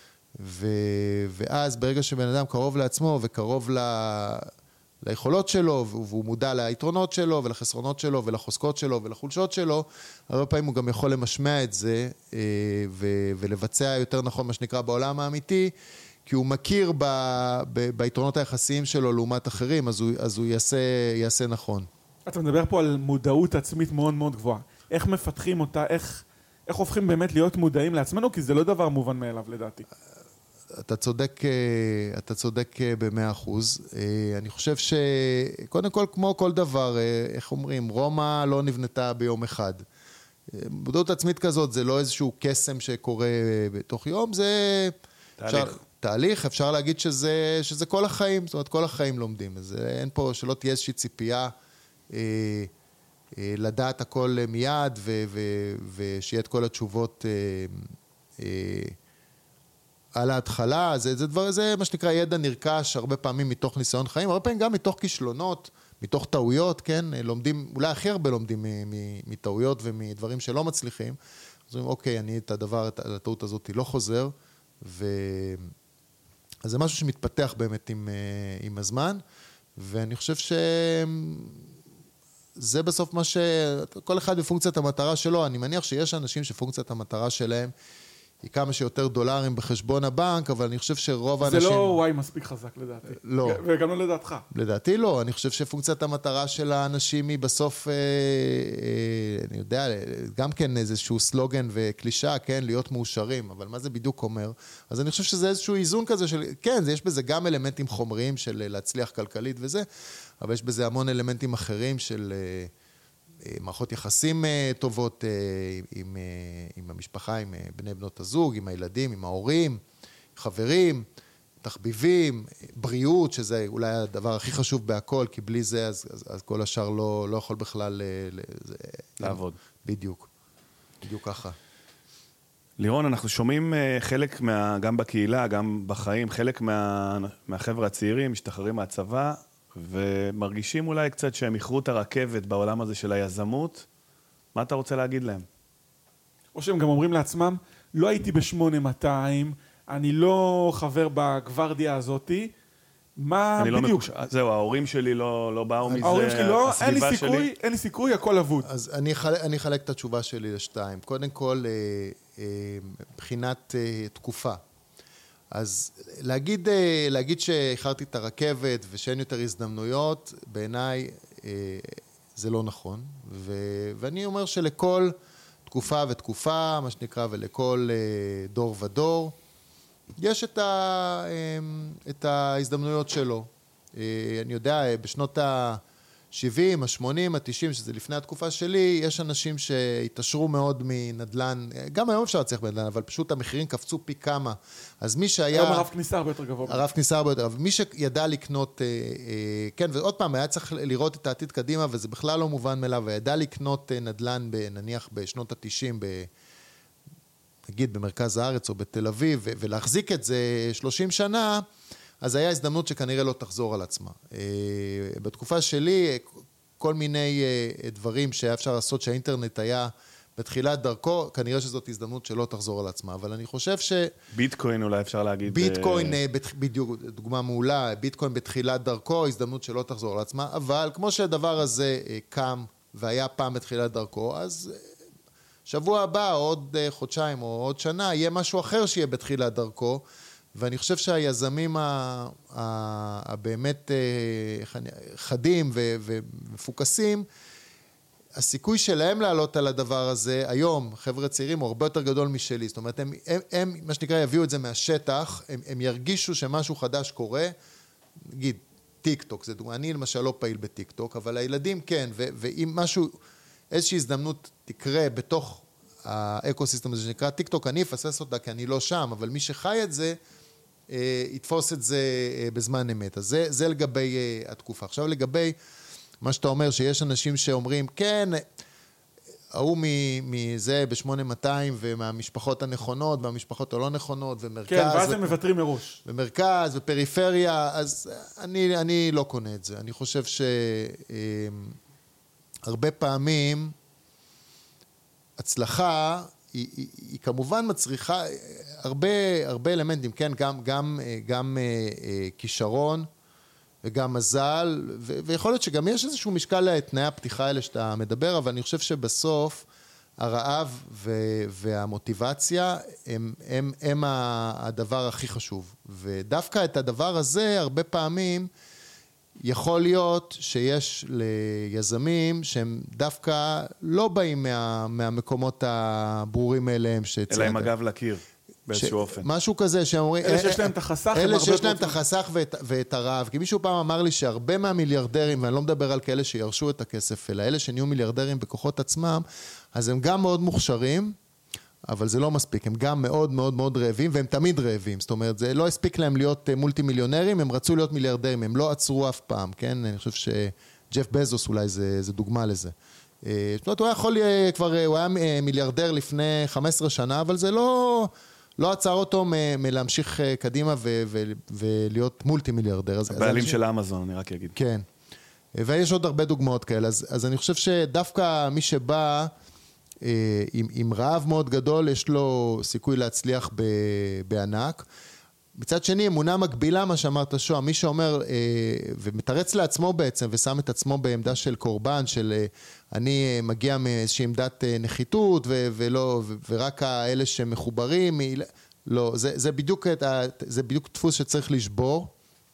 ואז ברגע שבן אדם קרוב לעצמו וקרוב ליכולות שלו, והוא מודע ליתרונות שלו ולחסרונות שלו ולחוזקות שלו ולחולשות שלו, הרבה פעמים הוא גם יכול למשמע את זה ולבצע יותר נכון מה שנקרא בעולם האמיתי, כי הוא מכיר ביתרונות היחסיים שלו לעומת אחרים, אז הוא יעשה נכון. אתה מדבר פה על מודעות עצמית מאוד מאוד גבוהה. איך מפתחים אותה, איך הופכים באמת להיות מודעים לעצמנו, כי זה לא דבר מובן מאליו לדעתי. אתה צודק ב100%. אני חושב שקודם כל, כמו כל דבר, איך אומרים, רומא לא נבנתה ביום אחד. מודעות עצמית כזאת זה לא איזשהו קסם שקורה בתוך יום, זה תהליך, אפשר להגיד שזה כל החיים, זאת אומרת, כל החיים לומדים. אז אין פה שלא תהיה איזושהי ציפייה לדעת הכל מיד, ושיהיה את כל התשובות על ההתחלה. זה מה שנקרא ידע נרכש הרבה פעמים מתוך ניסיון חיים, הרבה פעמים גם מתוך כישלונות, מתוך טעויות, כן? לומדים, אולי הכי הרבה לומדים מטעויות ומדברים שלא מצליחים. אז אומרים, אוקיי, אני את הטעות הזאת לא חוזר, אז זה משהו שמתפתח באמת עם הזמן, ואני חושב זה בסוף מה כל אחד בפונקציית המטרה שלו. אני מניח שיש אנשים שפונקציית המטרה שלהם היא כמה שיותר דולרים בחשבון הבנק, אבל אני חושב שרוב האנשים... זה לא וואי מספיק חזק לדעתי. לא. וגם לא לדעתך. לדעתי לא. אני חושב שפונקציית המטרה של האנשים היא בסוף, אני יודע, גם כן איזשהו סלוגן וקלישה, כן, להיות מאושרים, אבל מה זה בדיוק אומר? אז אני חושב שזה איזשהו איזון כזה של, כן, יש בזה גם אלמנטים חומריים של להצליח כלכלית וזה, אבל יש בזה המון אלמנטים אחרים של מערכות יחסים טובות עם המשפחה, עם בני בנות הזוג, עם הילדים, עם ההורים, חברים, תחביבים, בריאות, שזה אולי הדבר הכי חשוב בהכל, כי בלי זה אז כל השאר לא יכול בכלל לעבוד. בדיוק ככה. לירון, אנחנו שומעים חלק גם בקהילה, גם בחיים, חלק מהחבר'ה הצעירים משתחררים מהצבא, ומרגישים אולי קצת שהם איחרו את הרכבת בעולם הזה של היזמות. מה אתה רוצה להגיד להם? או שהם גם אומרים לעצמם, לא הייתי ב-8200, אני לא חבר בגוורדיה הזאת, מה בדיוק? זהו, ההורים שלי לא באו מזה, ההורים שלי לא, אין לי סיכוי, הכל אבוד. אז אני אחלק את התשובה שלי לשתיים. קודם כל, מבחינת תקופה. אז להגיד שאיחרתי את הרכבת ושאין יותר הזדמנויות, בעיניי זה לא נכון. ואני אומר שלכל תקופה ותקופה, מה שנקרא, ולכל דור ודור, יש את ההזדמנויות שלו. אני יודע, בשנות ה-70, ה-80, ה-90, שזה לפני התקופה שלי, יש אנשים שהתעשרו מאוד מנדלן, גם היום אפשר להצליח בנדלן, אבל פשוט המחירים קפצו פי כמה. אז מי שהיה... היום הרף כניסה הרבה יותר גבוה. הרף כניסה הרבה יותר גבוה. מי שידע לקנות, כן, ועוד פעם, היה צריך לראות את העתיד קדימה, וזה בכלל לא מובן מאליו, וידע לקנות נדלן, נניח בשנות ה-90, נגיד במרכז הארץ או בתל אביב, ולהחזיק את זה 30 שנה, אז היה הזדמנות שכנראה לא תחזור על עצמה. בתקופה שלי, כל מיני דברים שהיה אפשר לעשות שהאינטרנט היה בתחילת דרכו, כנראה שזאת הזדמנות שלא תחזור על עצמה, אבל אני חושב ביטקוין אולי אפשר להגיד... ביטקוין, בדיוק, דוגמה מעולה, ביטקוין בתחילת דרכו, הזדמנות שלא תחזור על עצמה, אבל כמו שהדבר הזה קם והיה פעם בתחילת דרכו, אז שבוע הבא, עוד חודשיים או עוד שנה, יהיה משהו אחר שיהיה בתחילת דרכו, ואני חושב שהיזמים הבאמת חדים ומפוקסים, הסיכוי שלהם לעלות על הדבר הזה, היום, חבר'ה צעירים, הוא הרבה יותר גדול משלי. זאת אומרת, הם מה שנקרא, יביאו את זה מהשטח, הם ירגישו שמשהו חדש קורה, נגיד, טיק טוק, זה דוגמה, אני למשל לא פעיל בטיק טוק, אבל הילדים כן, ואם משהו, איזושהי הזדמנות תקרה בתוך האקוסיסטם הזה שנקרא טיק טוק, אני אפסס אותה כי אני לא שם, אבל מי שחי את זה, יתפוס את זה בזמן אמת. אז זה לגבי התקופה. עכשיו לגבי מה שאתה אומר, שיש אנשים שאומרים, כן, ההוא מזה ב-8200 ומהמשפחות הנכונות והמשפחות הלא נכונות ומרכז. כן, ואז הם מוותרים מראש. ומרכז ופריפריה, אז אני לא קונה את זה. אני חושב שהרבה פעמים הצלחה היא כמובן מצריכה הרבה אלמנטים, כן, גם כישרון וגם מזל, ויכול להיות שגם יש איזשהו משקל לתנאי הפתיחה האלה שאתה מדבר, אבל אני חושב שבסוף הרעב והמוטיבציה הם הדבר הכי חשוב. ודווקא את הדבר הזה הרבה פעמים יכול להיות שיש ליזמים שהם דווקא לא באים מהמקומות הברורים אליהם שציינת. אלא עם הגב לקיר. באיזשהו אופן. משהו כזה שאומרים... אלה שיש להם את החסך, אלה שיש להם את החסך ואת הרעב. כי מישהו פעם אמר לי שהרבה מהמיליארדרים, ואני לא מדבר על כאלה שירשו את הכסף, אלא אלה שנהיו מיליארדרים בכוחות עצמם, אז הם גם מאוד מוכשרים, אבל זה לא מספיק. הם גם מאוד מאוד מאוד רעבים, והם תמיד רעבים. זאת אומרת, זה לא הספיק להם להיות מולטי מיליונרים, הם רצו להיות מיליארדרים, הם לא עצרו אף פעם, כן? אני חושב שג'ף בזוס אולי זה דוגמה לזה. זאת אומרת, הוא היה מיליארדר לפני 15 שנה, אבל זה לא עצר אותו מלהמשיך קדימה ולהיות מולטי מיליארדר. הבעלים של אמזון, אני רק אגיד. כן. ויש עוד הרבה דוגמאות כאלה. אז אני חושב שדווקא מי שבא עם רעב מאוד גדול, יש לו סיכוי להצליח בענק. מצד שני, אמונה מקבילה, מה שאמרת שואה, מי שאומר ומתרץ לעצמו בעצם, ושם את עצמו בעמדה של קורבן, של אני מגיע מאיזושהי עמדת נחיתות, ורק האלה שמחוברים, לא, זה בדיוק דפוס שצריך לשבור,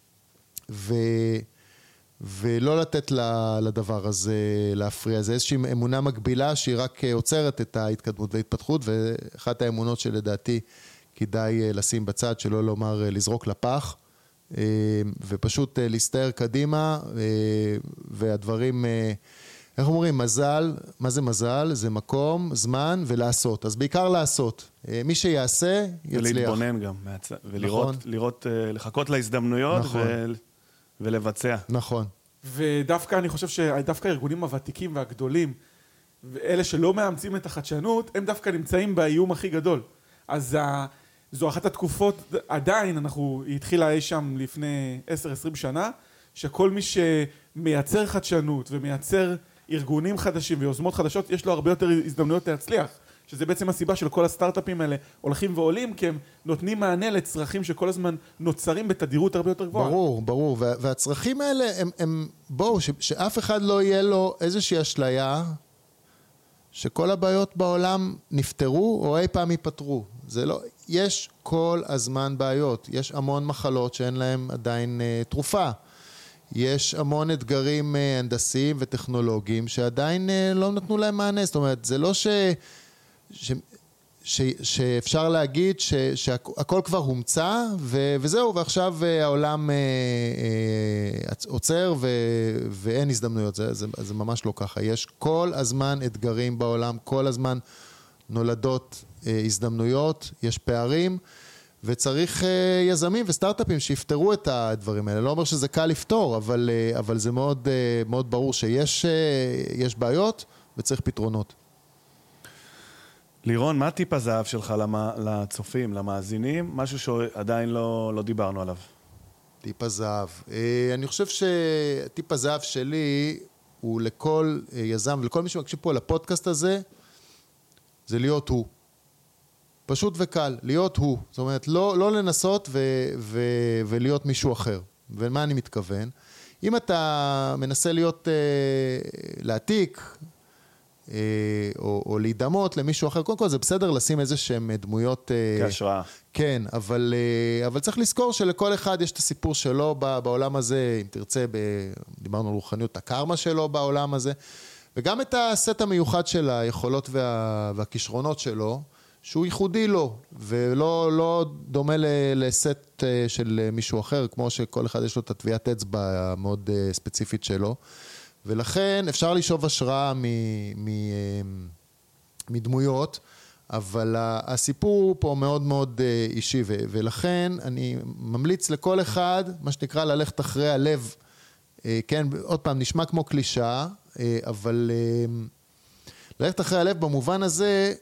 ולא לתת לדבר הזה להפריע. זה איזושהי אמונה מקבילה, שהיא רק עוצרת את ההתקדמות וההתפתחות, ואחת האמונות שלדעתי, כדאי לשים בצד, שלא לומר לזרוק לפח, ופשוט להסתער קדימה, והדברים, איך אומרים, מזל, מה זה מזל? זה מקום, זמן ולעשות. אז בעיקר לעשות. מי שיעשה, יצליח. ולהתבונן גם, ולראות, לחכות להזדמנויות, ולבצע. נכון. ודווקא אני חושב שדווקא הארגונים הוותיקים והגדולים, ואלה שלא מאמצים את החדשנות, הם דווקא נמצאים באיום הכי גדול. אז זו אחת התקופות, עדיין היא התחילה אי שם לפני 10-20 שנה, שכל מי שמייצר חדשנות ומייצר ארגונים חדשים ויוזמות חדשות, יש לו הרבה יותר הזדמנויות להצליח. שזה בעצם הסיבה של כל הסטארט-אפים האלה הולכים ועולים, כי הם נותנים מענה לצרכים שכל הזמן נוצרים בתדירות הרבה יותר גבוהה. ברור. והצרכים האלה הם שאף אחד לא יהיה לו איזושהי אשליה, שכל הבעיות בעולם נפתרו או אי פעם ייפתרו. זה לא, יש כל הזמן בעיות, יש המון מחלות שאין להם עדיין תרופה. יש המון אתגרים הנדסיים וטכנולוגיים שעדיין לא נתנו להם מענה. זאת אומרת, זה לא שאפשר להגיד שהכל כבר הומצא וזהו, ועכשיו העולם עוצר ואין הזדמנויות. זה ממש לא ככה. יש כל הזמן אתגרים בעולם, כל הזמן נולדות הזדמנויות, יש פערים, וצריך יזמים וסטארט-אפים שיפתרו את הדברים האלה. לא אומר שזה קל לפתור, אבל זה מאוד, מאוד ברור שיש בעיות וצריך פתרונות. לירון, מה טיפ הזהב שלך לצופים, למאזינים? משהו שעדיין לא דיברנו עליו. טיפ הזהב. אני חושב שטיפ הזהב שלי הוא לכל יזם ולכל מי שמקשיב פה לפודקאסט הזה, זה להיות הוא. פשוט וקל, להיות הוא. זאת אומרת, לא לנסות ולהיות מישהו אחר. ומה אני מתכוון? אם אתה מנסה להיות, להעתיק, או להידמות למישהו אחר, קודם כל זה בסדר לשים איזה שהם דמויות... כהשראה. כן, אבל צריך לזכור שלכל אחד יש את הסיפור שלו בעולם הזה, אם תרצה, דיברנו על רוחניות, הקרמה שלו בעולם הזה, וגם את הסט המיוחד של היכולות והכישרונות שלו, שהוא ייחודי לו, ולא דומה לסט של מישהו אחר, כמו שכל אחד יש לו את הטביעת אצבע המאוד ספציפית שלו, ולכן אפשר לשאוב השראה מדמויות, אבל הסיפור פה מאוד מאוד אישי, ולכן אני ממליץ לכל אחד, מה שנקרא ללכת אחרי הלב, כן, עוד פעם, נשמע כמו קלישה, אבל ללכת אחרי הלב במובן הזה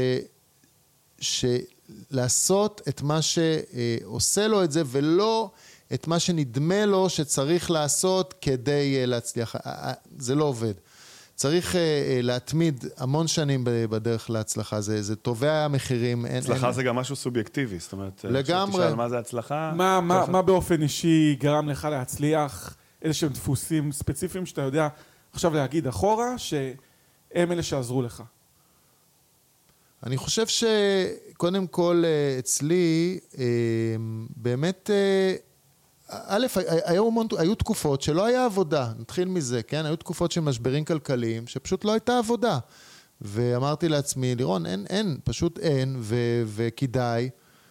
שלעשות את מה שעושה לו את זה, ולא את מה שנדמה לו שצריך לעשות כדי להצליח. זה לא עובד. צריך להתמיד המון שנים בדרך להצלחה. זה תובע מחירים. הצלחה זה גם משהו סובייקטיבי. זאת אומרת, לגמרי. שתשאל מה זה הצלחה. מה באופן אישי גרם לך להצליח? איזה שהם דפוסים ספציפיים שאתה יודע עכשיו להגיד אחורה, שהם אלה שעזרו לך. אני חושב שקודם כל אצלי, באמת, א', היו תקופות שלא היה עבודה, נתחיל מזה, כן? היו תקופות של משברים כלכליים, שפשוט לא הייתה עבודה. ואמרתי לעצמי, לירון, פשוט אין, וכדאי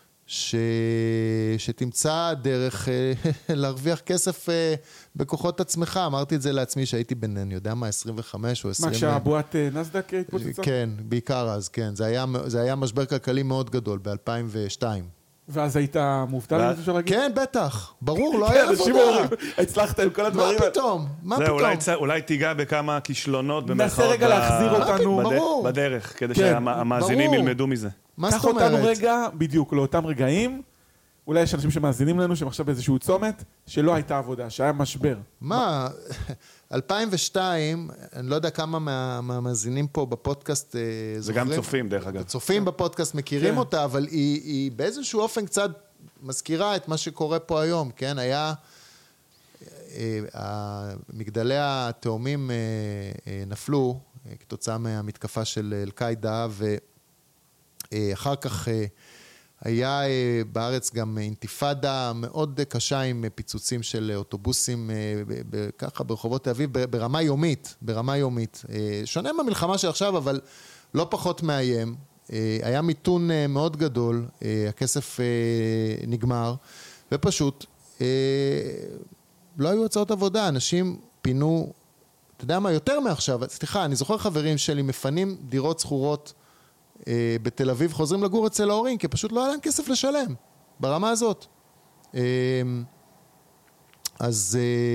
שתמצא דרך להרוויח כסף בכוחות עצמך. אמרתי את זה לעצמי שהייתי בין, אני יודע מה, 25 או 20. מה, כשהבועת נסדק התפוצצה? כן, בעיקר אז, כן. זה היה משבר כלכלי מאוד גדול, ב-2002. ואז היית מובטל, אני חושב להגיד? כן, בטח. ברור, לא היה עבודה. הצלחת עם כל הדברים. מה פתאום? מה פתאום? אולי תיגע בכמה כישלונות ננסה רגע להחזיר אותנו בדרך, כדי שהמאזינים ילמדו מזה. קח אותנו רגע, בדיוק, לאותם רגעים. אולי יש אנשים שמאזינים לנו, שהם עכשיו באיזשהו צומת, שלא הייתה עבודה, שהיה משבר. מה? 2002, אני לא יודע כמה מהמאזינים פה בפודקאסט זה גם צופים, דרך אגב. צופים בפודקאסט מכירים אותה, אבל היא באיזשהו אופן קצת מזכירה את מה שקורה פה היום, כן? היה... מגדלי התאומים נפלו כתוצאה מהמתקפה של אל-קאידה, ואחר כך היה בארץ גם אינתיפאדה מאוד קשה עם פיצוצים של אוטובוסים ככה ברחובות תל אביב ברמה יומית. שונה מהמלחמה של עכשיו, אבל לא פחות מאיים. היה מיתון מאוד גדול, הכסף נגמר, ופשוט לא היו הצעות עבודה, אנשים פינו, אתה יודע מה, יותר מעכשיו, סליחה, אני זוכר חברים שלי מפנים דירות סחורות בתל אביב, חוזרים לגור אצל ההורים, כי פשוט לא היה להם כסף לשלם, ברמה הזאת. אז...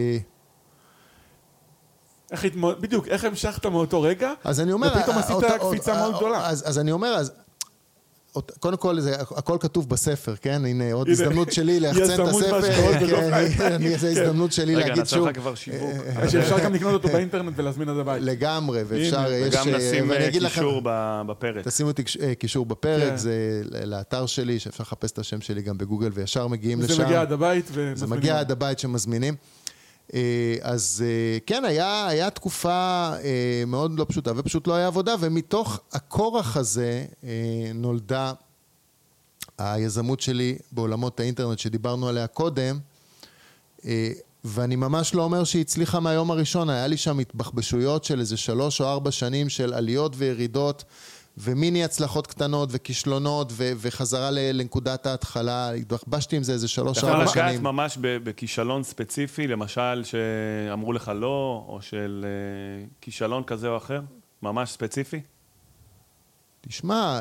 בדיוק, איך המשכת מאותו רגע? אז אני אומר... ופתאום עשית קפיצה מאוד גדולה. אז אני אומר, קודם כל, הכל כתוב בספר, כן? הנה, עוד הזדמנות שלי להחצן את הספר. זו הזדמנות שלי להגיד שוב. רגע, נעשה לך כבר שיווק. שאפשר גם לקנות אותו באינטרנט ולהזמין עד הבית. לגמרי, ואפשר... וגם נשים קישור בפרק. תשימו קישור בפרק, זה לאתר שלי, שאפשר לחפש את השם שלי גם בגוגל, וישר מגיעים לשם. זה מגיע עד הבית זה מגיע עד הבית שמזמינים. אז כן, היה תקופה מאוד לא פשוטה, ופשוט לא היה עבודה, ומתוך הכורח הזה נולדה היזמות שלי בעולמות האינטרנט שדיברנו עליה קודם, ואני ממש לא אומר שהיא הצליחה מהיום הראשון, היה לי שם התבחבשויות של איזה 3 או 4 שנים של עליות וירידות, ומיני הצלחות קטנות וכישלונות וחזרה לנקודת ההתחלה, התבחבשתי עם זה איזה 3-4 שנים. אתה יכול לגעת ממש בכישלון ספציפי, למשל שאמרו לך לא, או של כישלון כזה או אחר, ממש ספציפי? תשמע,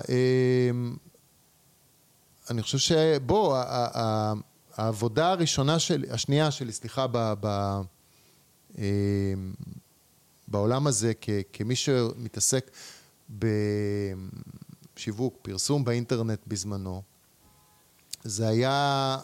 אני חושב שבוא, העבודה הראשונה שלי, השנייה שלי, סליחה, בעולם הזה, כמי שמתעסק בשיווק, פרסום באינטרנט בזמנו, זה היה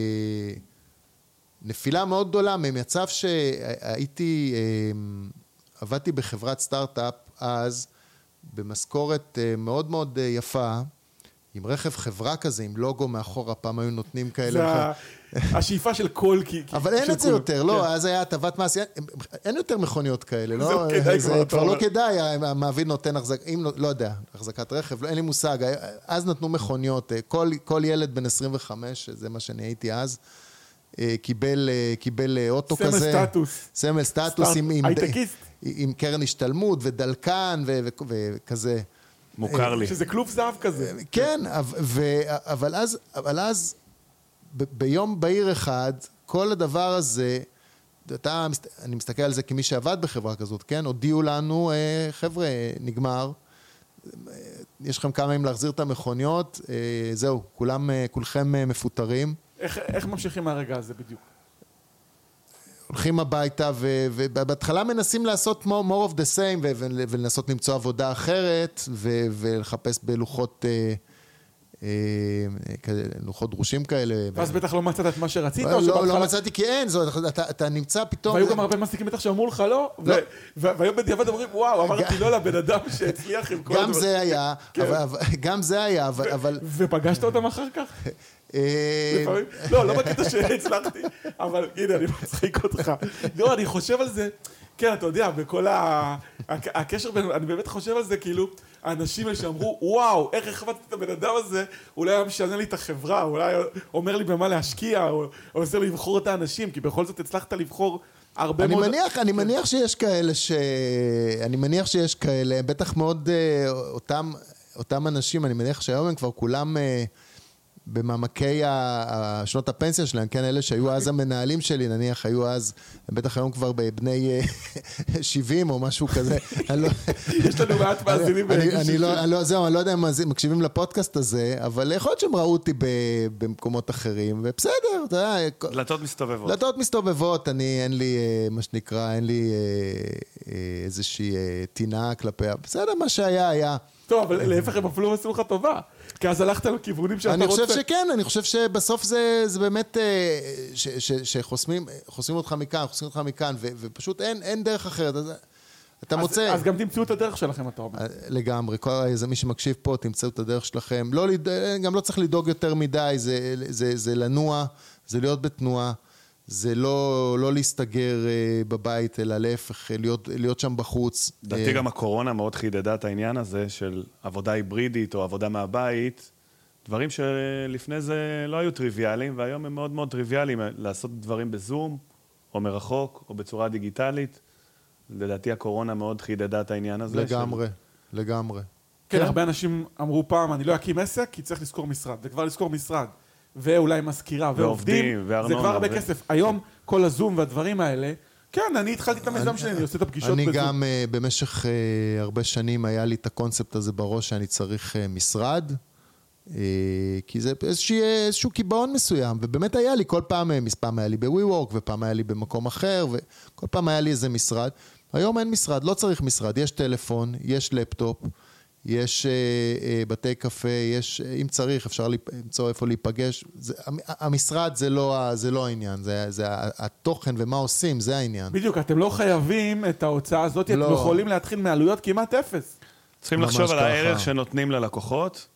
נפילה מאוד גדולה ממצב שהייתי, עבדתי בחברת סטארט-אפ אז, במשכורת מאוד מאוד יפה, עם רכב חברה כזה, עם לוגו מאחורה, פעם היו נותנים כאלה. זה השאיפה של כל... אבל אין את זה יותר, לא, אז היה הטבת מס, אין יותר מכוניות כאלה, לא? זה כבר לא כדאי, המעביד נותן לא יודע, החזקת רכב, אין לי מושג, אז נתנו מכוניות, כל ילד בן 25, זה מה שאני הייתי אז, קיבל אוטו כזה. סמל סטטוס. סמל סטטוס עם קרן השתלמות ודלקן וכזה. מוכר לי. שזה כלוב זהב כזה. כן, אבל אז ביום בהיר אחד, כל הדבר הזה, אני מסתכל על זה כמי שעבד בחברה כזאת, כן? הודיעו לנו, חבר'ה, נגמר, יש לכם כמה ימים להחזיר את המכוניות, זהו, כולכם מפוטרים. איך ממשיכים מהרגע הזה בדיוק? הולכים הביתה, ובהתחלה מנסים לעשות more of the same, ולנסות למצוא עבודה אחרת, ולחפש בלוחות דרושים כאלה. ואז בטח לא מצאת את מה שרצית? לא מצאתי כי אין, אתה נמצא פתאום... והיו גם הרבה מעסיקים בטח שאמרו לך לא, והיום בדיעבד אומרים, וואו, אמרתי לא לבן אדם שהצליח עם כל... גם זה היה, אבל... ופגשת אותם אחר כך? לא בקטע שהצלחתי, אבל הנה, אני מצחיק אותך. לא, אני חושב על זה, כן, אתה יודע, בכל הקשר בין, אני באמת חושב על זה, כאילו, האנשים שאמרו, וואו, איך החבטתי את הבן אדם הזה, אולי היה משנה לי את החברה, אולי אומר לי במה להשקיע, או עושה לי לבחור את האנשים, כי בכל זאת הצלחת לבחור הרבה מאוד... אני מניח שיש כאלה, בטח מאוד אותם אנשים, אני מניח שהיום הם כבר כולם... במעמקי שנות הפנסיה שלהם, כן, אלה שהיו אז המנהלים שלי, נניח, היו אז, הם בטח היום כבר בבני 70 או משהו כזה. יש לנו מעט מאזינים בגיל 70. אני לא יודע אם מקשיבים לפודקאסט הזה, אבל יכול להיות שהם ראו אותי במקומות אחרים, ובסדר, אתה יודע. דלתות מסתובבות. דלתות מסתובבות, אין לי, מה שנקרא, אין לי איזושהי טינה כלפיה. בסדר, מה שהיה, היה. טוב, אבל להפך הם אפילו עשו לך טובה, כי אז הלכת לכיוונים שאתה רוצה. אני חושב שכן, אני חושב שבסוף זה באמת, שחוסמים אותך מכאן, ופשוט אין דרך אחרת, אתה מוצא... אז גם תמצאו את הדרך שלכם, אתה אומר. לגמרי, מי שמקשיב פה, תמצאו את הדרך שלכם, גם לא צריך לדאוג יותר מדי, זה לנוע, זה להיות בתנועה, זה לא להסתגר בבית, אלא להפך, להיות שם בחוץ. דעתי גם הקורונה מאוד חידדה את העניין הזה של עבודה היברידית או עבודה מהבית, דברים שלפני זה לא היו טריוויאליים, והיום הם מאוד מאוד טריוויאליים, לעשות דברים בזום או מרחוק או בצורה דיגיטלית. לדעתי הקורונה מאוד חידדה את העניין הזה. לגמרי. כן, הרבה אנשים אמרו פעם, אני לא אקים עסק, כי צריך לזכור משרד, וכבר לזכור משרד. ואולי מזכירה, ועובדים, זה כבר הרבה כסף. היום, כל הזום והדברים האלה, כן, אני התחלתי את המיזם שלי, אני עושה את הפגישות בזום. אני גם במשך הרבה שנים היה לי את הקונספט הזה בראש שאני צריך משרד, כי זה איזשהו קיבעון מסוים, ובאמת היה לי, כל פעם היה לי ב-WeWork, ופעם היה לי במקום אחר, וכל פעם היה לי איזה משרד. היום אין משרד, לא צריך משרד, יש טלפון, יש לפטופ, יש בתי קפה, אם צריך, אפשר למצוא איפה להיפגש. המשרד זה לא העניין, זה התוכן ומה עושים, זה העניין. בדיוק, אתם לא חייבים את ההוצאה הזאת, אתם יכולים להתחיל מעלויות כמעט אפס. צריכים לחשוב על הערך שנותנים ללקוחות,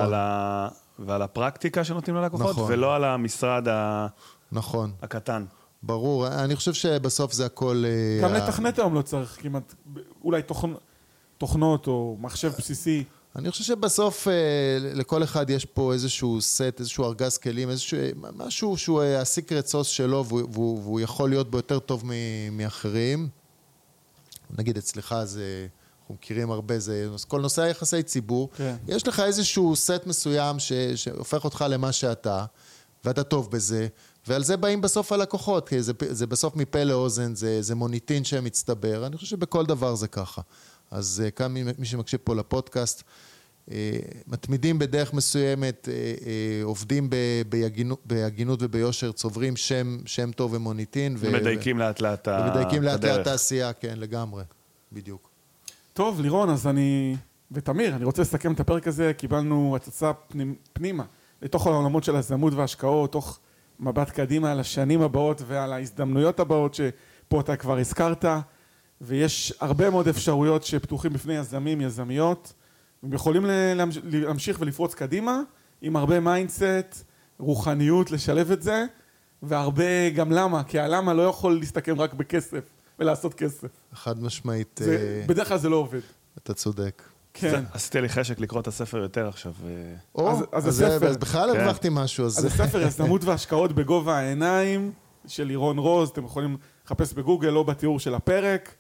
ועל הפרקטיקה שנותנים ללקוחות, ולא על המשרד הקטן. ברור, אני חושב שבסוף זה הכל... גם לתכנת היום לא צריך כמעט, אולי תוכנות או מחשב בסיסי. אני חושב שבסוף לכל אחד יש פה איזשהו סט, איזשהו ארגז כלים, משהו שהוא הסיקרט סוס שלו, והוא יכול להיות בו יותר טוב מאחרים. נגיד אצלך זה, אנחנו מכירים הרבה, זה כל נושא היחסי ציבור. כן. יש לך איזשהו סט מסוים שהופך אותך למה שאתה, ואתה טוב בזה, ועל זה באים בסוף הלקוחות, כי זה בסוף מפה לאוזן, זה מוניטין שמצטבר. אני חושב שבכל דבר זה ככה. אז כאן מי שמקשיב פה לפודקאסט, מתמידים בדרך מסוימת, עובדים בהגינות וביושר, צוברים שם טוב ומוניטין. ומדייקים לאט לאט את הדרך. ומדייקים לאט לאט העשייה, כן, לגמרי, בדיוק. טוב, לירון, אז ותמיר, אני רוצה לסכם את הפרק הזה, קיבלנו הצצה פנימה, לתוך העולמות של הזמות וההשקעות, תוך מבט קדימה על השנים הבאות ועל ההזדמנויות הבאות שפה אתה כבר הזכרת, ויש הרבה מאוד אפשרויות שפתוחים בפני יזמים, יזמיות, הם יכולים להמשיך ולפרוץ קדימה, עם הרבה מיינדסט, רוחניות, לשלב את זה, והרבה גם למה, כי הלמה לא יכול להסתכם רק בכסף ולעשות כסף. חד משמעית. בדרך כלל זה לא עובד. אתה צודק. כן. עשיתי לי חשק לקרוא את הספר יותר עכשיו. אז הספר. אז בכלל הרווחתי משהו. אז הספר יזמות והשקעות בגובה העיניים של לירון רוז, אתם יכולים לחפש בגוגל או בתיאור של הפרק.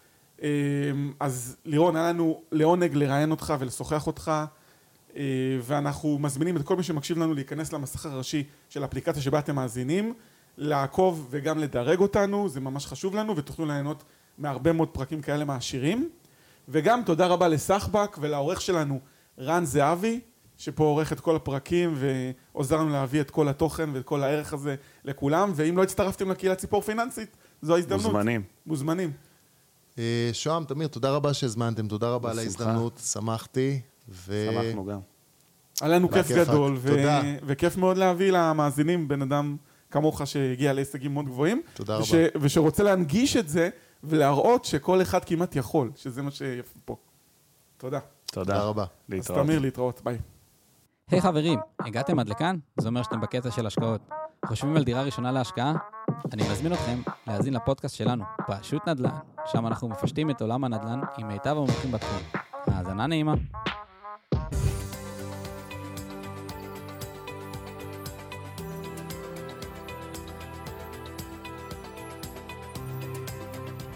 אז לירון, היה לנו לעונג לראיין אותך ולשוחח אותך, ואנחנו מזמינים את כל מי שמקשיב לנו להיכנס למסך הראשי של האפליקציה שבה אתם מאזינים, לעקוב וגם לדרג אותנו, זה ממש חשוב לנו, ותוכלו ליהנות מהרבה מאוד פרקים כאלה מעשירים. וגם תודה רבה לסחבק ולעורך שלנו רן זהבי, שפה עורך את כל הפרקים ועוזר לנו להביא את כל התוכן ואת כל הערך הזה לכולם, ואם לא הצטרפתם לקהילת ציפור פיננסית, זו ההזדמנות. מוזמנים. שוהם, תמיר, תודה רבה שהזמנתם, תודה רבה על ההזדמנות, שמחתי. שמחנו גם. היה לנו כיף גדול, וכיף מאוד להביא למאזינים בן אדם כמוך שהגיע להישגים מאוד גבוהים. תודה רבה. ושרוצה להנגיש את זה, ולהראות שכל אחד כמעט יכול, שזה מה שיפה פה. תודה. תודה רבה. אז תמיר, להתראות, ביי. היי חברים, הגעתם עד לכאן? זה אומר שאתם בקטע של השקעות. חושבים על דירה ראשונה להשקעה? אני מזמין אתכם להאזין לפודקאסט שלנו, פשוט נדל"ן, שם אנחנו מפשטים את עולם הנדל"ן עם מיטב המומחים בתחום. האזנה נעימה.